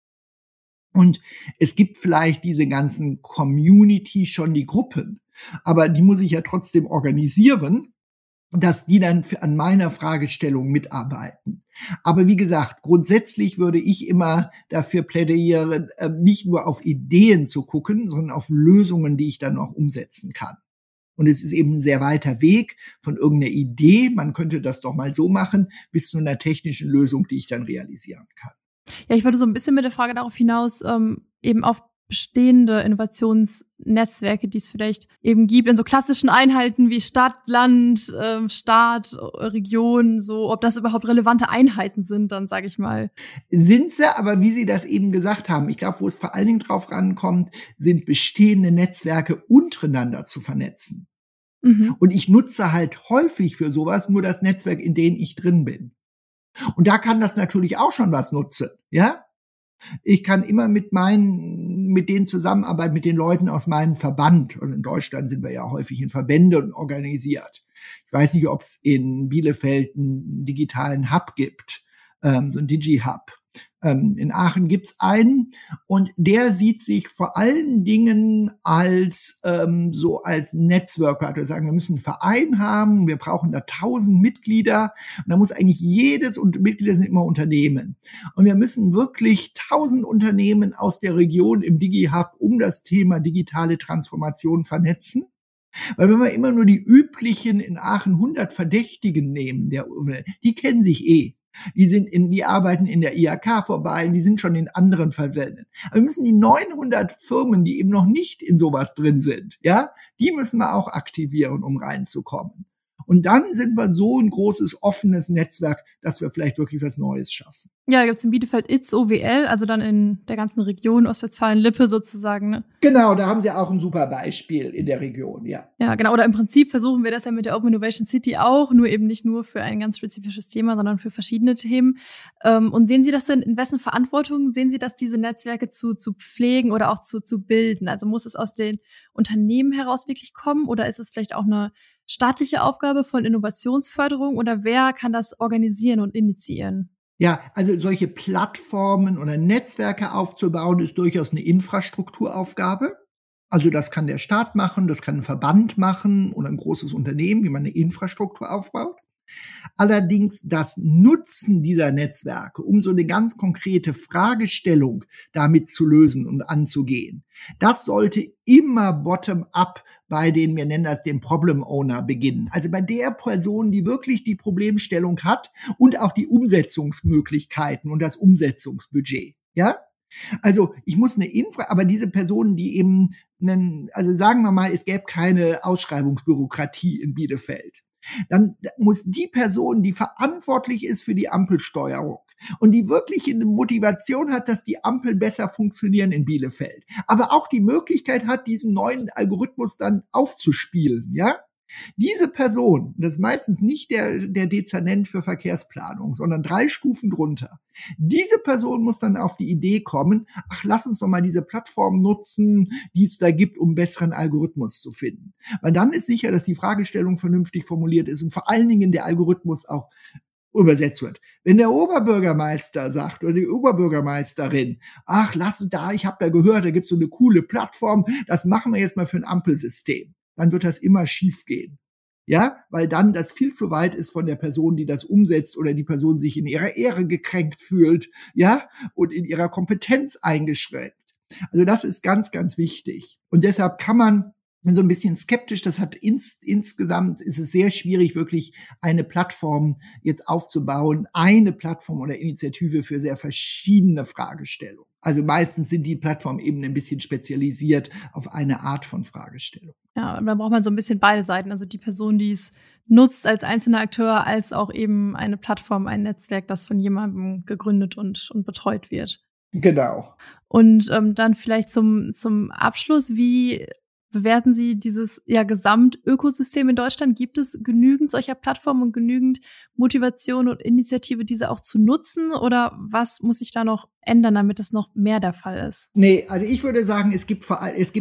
Und es gibt vielleicht diese ganzen Community schon die Gruppen, aber die muss ich ja trotzdem organisieren, dass die dann an meiner Fragestellung mitarbeiten. Aber wie gesagt, grundsätzlich würde ich immer dafür plädieren, nicht nur auf Ideen zu gucken, sondern auf Lösungen, die ich dann auch umsetzen kann. Und es ist eben ein sehr weiter Weg von irgendeiner Idee, man könnte das doch mal so machen, bis zu einer technischen Lösung, die ich dann realisieren kann. Ja, ich wollte so ein bisschen mit der Frage darauf hinaus, eben auf bestehende Innovationsnetzwerke, die es vielleicht eben gibt, in so klassischen Einheiten wie Stadt, Land, Staat, Region, so, ob das überhaupt relevante Einheiten sind, dann sage ich mal. Sind sie, aber wie Sie das eben gesagt haben, ich glaube, wo es vor allen Dingen drauf rankommt, sind bestehende Netzwerke untereinander zu vernetzen. Mhm. Und ich nutze halt häufig für sowas nur das Netzwerk, in dem ich drin bin. Und da kann das natürlich auch schon was nutzen, ja? Ich kann immer mit denen zusammenarbeiten, mit den Leuten aus meinem Verband. Also in Deutschland sind wir ja häufig in Verbänden organisiert. Ich weiß nicht, ob es in Bielefeld einen digitalen Hub gibt, so ein Digi-Hub. In Aachen gibt's einen und der sieht sich vor allen Dingen als als Netzwerker. Wir sagen, wir müssen einen Verein haben, wir brauchen da 1000 Mitglieder und da muss eigentlich jedes, und Mitglieder sind immer Unternehmen. Und wir müssen wirklich 1000 Unternehmen aus der Region im Digi-Hub um das Thema digitale Transformation vernetzen. Weil wenn wir immer nur die üblichen in Aachen 100 Verdächtigen nehmen, die kennen sich eh. Die arbeiten in der IHK vorbei, die sind schon in anderen Verbänden. Aber wir müssen die 900 Firmen, die eben noch nicht in sowas drin sind, ja, die müssen wir auch aktivieren, um reinzukommen. Und dann sind wir so ein großes, offenes Netzwerk, dass wir vielleicht wirklich was Neues schaffen. Ja, da gibt's in Bielefeld ITS-OWL, also dann in der ganzen Region Ostwestfalen-Lippe sozusagen. Ne? Genau, da haben Sie auch ein super Beispiel in der Region, ja. Ja, genau. Oder im Prinzip versuchen wir das ja mit der Open Innovation City auch, nur eben nicht nur für ein ganz spezifisches Thema, sondern für verschiedene Themen. Und sehen Sie das denn, in wessen Verantwortung sehen Sie das, diese Netzwerke zu pflegen oder auch zu bilden? Also muss es aus den Unternehmen heraus wirklich kommen oder ist es vielleicht auch eine staatliche Aufgabe von Innovationsförderung oder wer kann das organisieren und initiieren? Ja, also solche Plattformen oder Netzwerke aufzubauen, ist durchaus eine Infrastrukturaufgabe. Also das kann der Staat machen, das kann ein Verband machen oder ein großes Unternehmen, wie man eine Infrastruktur aufbaut. Allerdings das Nutzen dieser Netzwerke, um so eine ganz konkrete Fragestellung damit zu lösen und anzugehen, das sollte immer bottom-up bei den, wir nennen das den Problem Owner, beginnen. Also bei der Person, die wirklich die Problemstellung hat und auch die Umsetzungsmöglichkeiten und das Umsetzungsbudget. Ja? Also ich muss aber diese Personen, die eben also sagen wir mal, es gäbe keine Ausschreibungsbürokratie in Bielefeld. Dann muss die Person, die verantwortlich ist für die Ampelsteuerung und die wirklich eine Motivation hat, dass die Ampeln besser funktionieren in Bielefeld, aber auch die Möglichkeit hat, diesen neuen Algorithmus dann aufzuspielen, ja? Diese Person, das ist meistens nicht der Dezernent für Verkehrsplanung, sondern 3 Stufen drunter. Diese Person muss dann auf die Idee kommen, ach, lass uns doch mal diese Plattform nutzen, die es da gibt, um einen besseren Algorithmus zu finden. Weil dann ist sicher, dass die Fragestellung vernünftig formuliert ist und vor allen Dingen der Algorithmus auch übersetzt wird. Wenn der Oberbürgermeister sagt oder die Oberbürgermeisterin, ach, ich habe da gehört, da gibt's so eine coole Plattform, das machen wir jetzt mal für ein Ampelsystem, dann wird das immer schief gehen. Ja, weil dann das viel zu weit ist von der Person, die das umsetzt oder die Person sich in ihrer Ehre gekränkt fühlt, ja, und in ihrer Kompetenz eingeschränkt. Also das ist ganz, ganz wichtig. Und deshalb kann man, bin so ein bisschen skeptisch, das hat insgesamt ist es sehr schwierig, wirklich eine Plattform jetzt aufzubauen, eine Plattform oder Initiative für sehr verschiedene Fragestellungen. Also meistens sind die Plattformen eben ein bisschen spezialisiert auf eine Art von Fragestellung. Ja, und da braucht man so ein bisschen beide Seiten, also die Person, die es nutzt als einzelner Akteur, als auch eben eine Plattform, ein Netzwerk, das von jemandem gegründet und betreut wird. Genau. Und dann vielleicht zum Abschluss, wie bewerten Sie dieses Gesamtökosystem in Deutschland? Gibt es genügend solcher Plattformen und genügend Motivation und Initiative, diese auch zu nutzen? Oder was muss sich da noch ändern, damit das noch mehr der Fall ist? Nee, also ich würde sagen, es gibt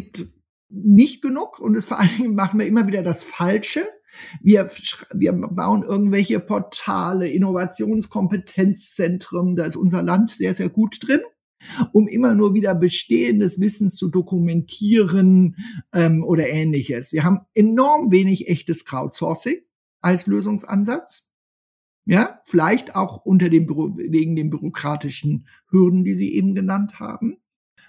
nicht genug und vor allen Dingen machen wir immer wieder das Falsche. Wir bauen irgendwelche Portale, Innovationskompetenzzentren, da ist unser Land sehr, sehr gut drin, um immer nur wieder bestehendes Wissen zu dokumentieren oder Ähnliches. Wir haben enorm wenig echtes Crowdsourcing als Lösungsansatz. Ja, vielleicht auch wegen den bürokratischen Hürden, die Sie eben genannt haben.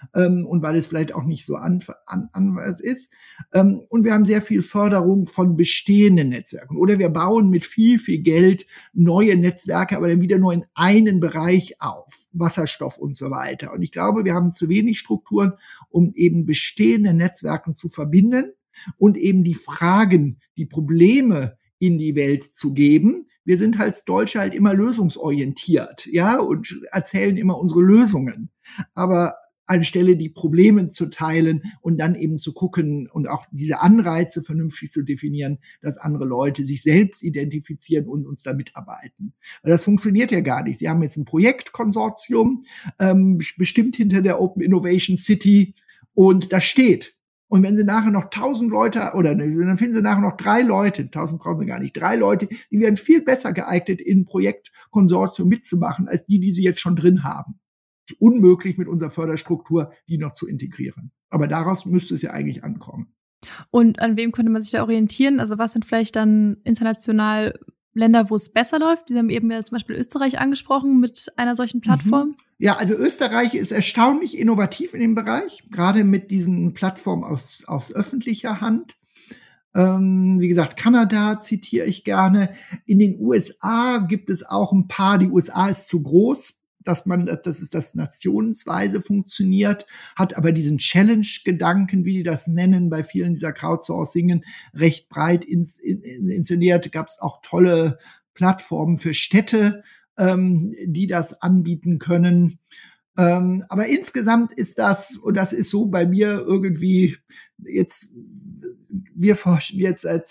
und weil es vielleicht auch nicht so anders ist. Und wir haben sehr viel Förderung von bestehenden Netzwerken. Oder wir bauen mit viel, viel Geld neue Netzwerke, aber dann wieder nur in einen Bereich auf, Wasserstoff und so weiter. Und ich glaube, wir haben zu wenig Strukturen, um eben bestehende Netzwerke zu verbinden und eben die Fragen, die Probleme in die Welt zu geben. Wir sind als Deutsche halt immer lösungsorientiert, ja, und erzählen immer unsere Lösungen. Aber anstelle die Probleme zu teilen und dann eben zu gucken und auch diese Anreize vernünftig zu definieren, dass andere Leute sich selbst identifizieren und uns da mitarbeiten. Weil das funktioniert ja gar nicht. Sie haben jetzt ein Projektkonsortium, bestimmt hinter der Open Innovation City, und das steht. Und wenn sie nachher noch 1000 Leute, oder dann finden sie nachher noch 3 Leute, 1000 brauchen sie gar nicht, 3 Leute, die werden viel besser geeignet, in ein Projektkonsortium mitzumachen, als die sie jetzt schon drin haben. Es ist unmöglich, mit unserer Förderstruktur die noch zu integrieren. Aber daraus müsste es ja eigentlich ankommen. Und an wem könnte man sich da orientieren? Also was sind vielleicht dann international Länder, wo es besser läuft? Die haben eben ja zum Beispiel Österreich angesprochen mit einer solchen Plattform. Ja, also Österreich ist erstaunlich innovativ in dem Bereich, gerade mit diesen Plattformen aus öffentlicher Hand. Wie gesagt, Kanada zitiere ich gerne. In den USA gibt es auch ein paar. Die USA ist zu groß, dass das nationsweise funktioniert, hat aber diesen Challenge-Gedanken, wie die das nennen, bei vielen dieser Crowdsourcingen recht breit inszeniert. Gab es auch tolle Plattformen für Städte, die das anbieten können. Aber insgesamt ist das, und das ist so bei mir irgendwie jetzt, wir forschen jetzt seit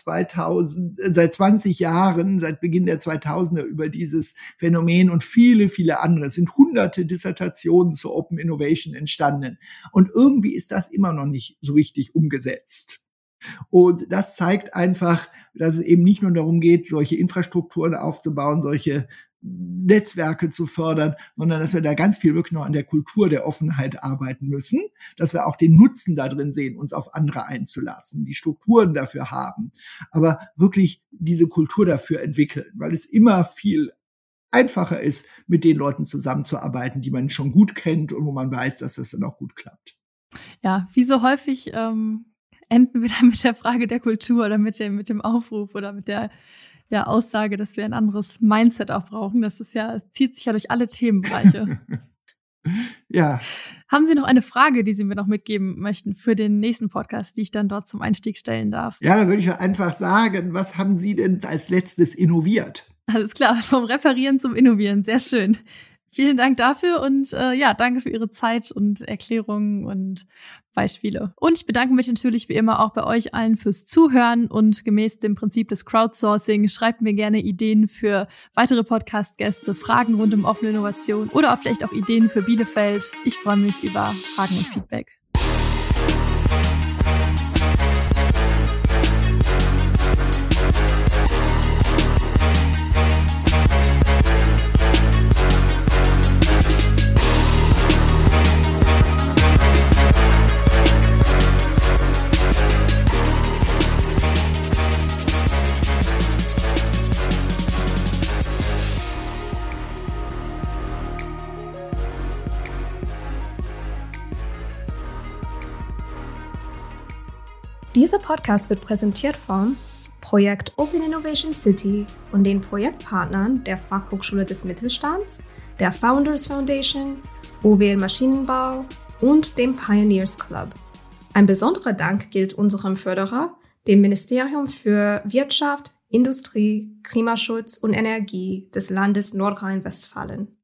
20 Jahren, seit Beginn der 2000er über dieses Phänomen und viele, viele andere. Es sind hunderte Dissertationen zur Open Innovation entstanden. Und irgendwie ist das immer noch nicht so richtig umgesetzt. Und das zeigt einfach, dass es eben nicht nur darum geht, solche Infrastrukturen aufzubauen, solche Netzwerke zu fördern, sondern dass wir da ganz viel wirklich noch an der Kultur der Offenheit arbeiten müssen, dass wir auch den Nutzen da drin sehen, uns auf andere einzulassen, die Strukturen dafür haben, aber wirklich diese Kultur dafür entwickeln, weil es immer viel einfacher ist, mit den Leuten zusammenzuarbeiten, die man schon gut kennt und wo man weiß, dass das dann auch gut klappt. Ja, wie so häufig enden wir dann mit der Frage der Kultur oder mit dem Aufruf oder mit der Aussage, dass wir ein anderes Mindset auch brauchen. Das zieht sich ja durch alle Themenbereiche. Ja. Haben Sie noch eine Frage, die Sie mir noch mitgeben möchten für den nächsten Podcast, die ich dann dort zum Einstieg stellen darf? Ja, dann würde ich einfach sagen, was haben Sie denn als letztes innoviert? Alles klar, vom Referieren zum Innovieren. Sehr schön. Vielen Dank dafür und danke für Ihre Zeit und Erklärungen und Beispiele. Und ich bedanke mich natürlich wie immer auch bei euch allen fürs Zuhören und gemäß dem Prinzip des Crowdsourcing schreibt mir gerne Ideen für weitere Podcast-Gäste, Fragen rund um offene Innovation oder auch vielleicht auch Ideen für Bielefeld. Ich freue mich über Fragen und Feedback. Dieser Podcast wird präsentiert vom Projekt Open Innovation City und den Projektpartnern der Fachhochschule des Mittelstands, der Founders Foundation, OWL Maschinenbau und dem Pioneers Club. Ein besonderer Dank gilt unserem Förderer, dem Ministerium für Wirtschaft, Industrie, Klimaschutz und Energie des Landes Nordrhein-Westfalen.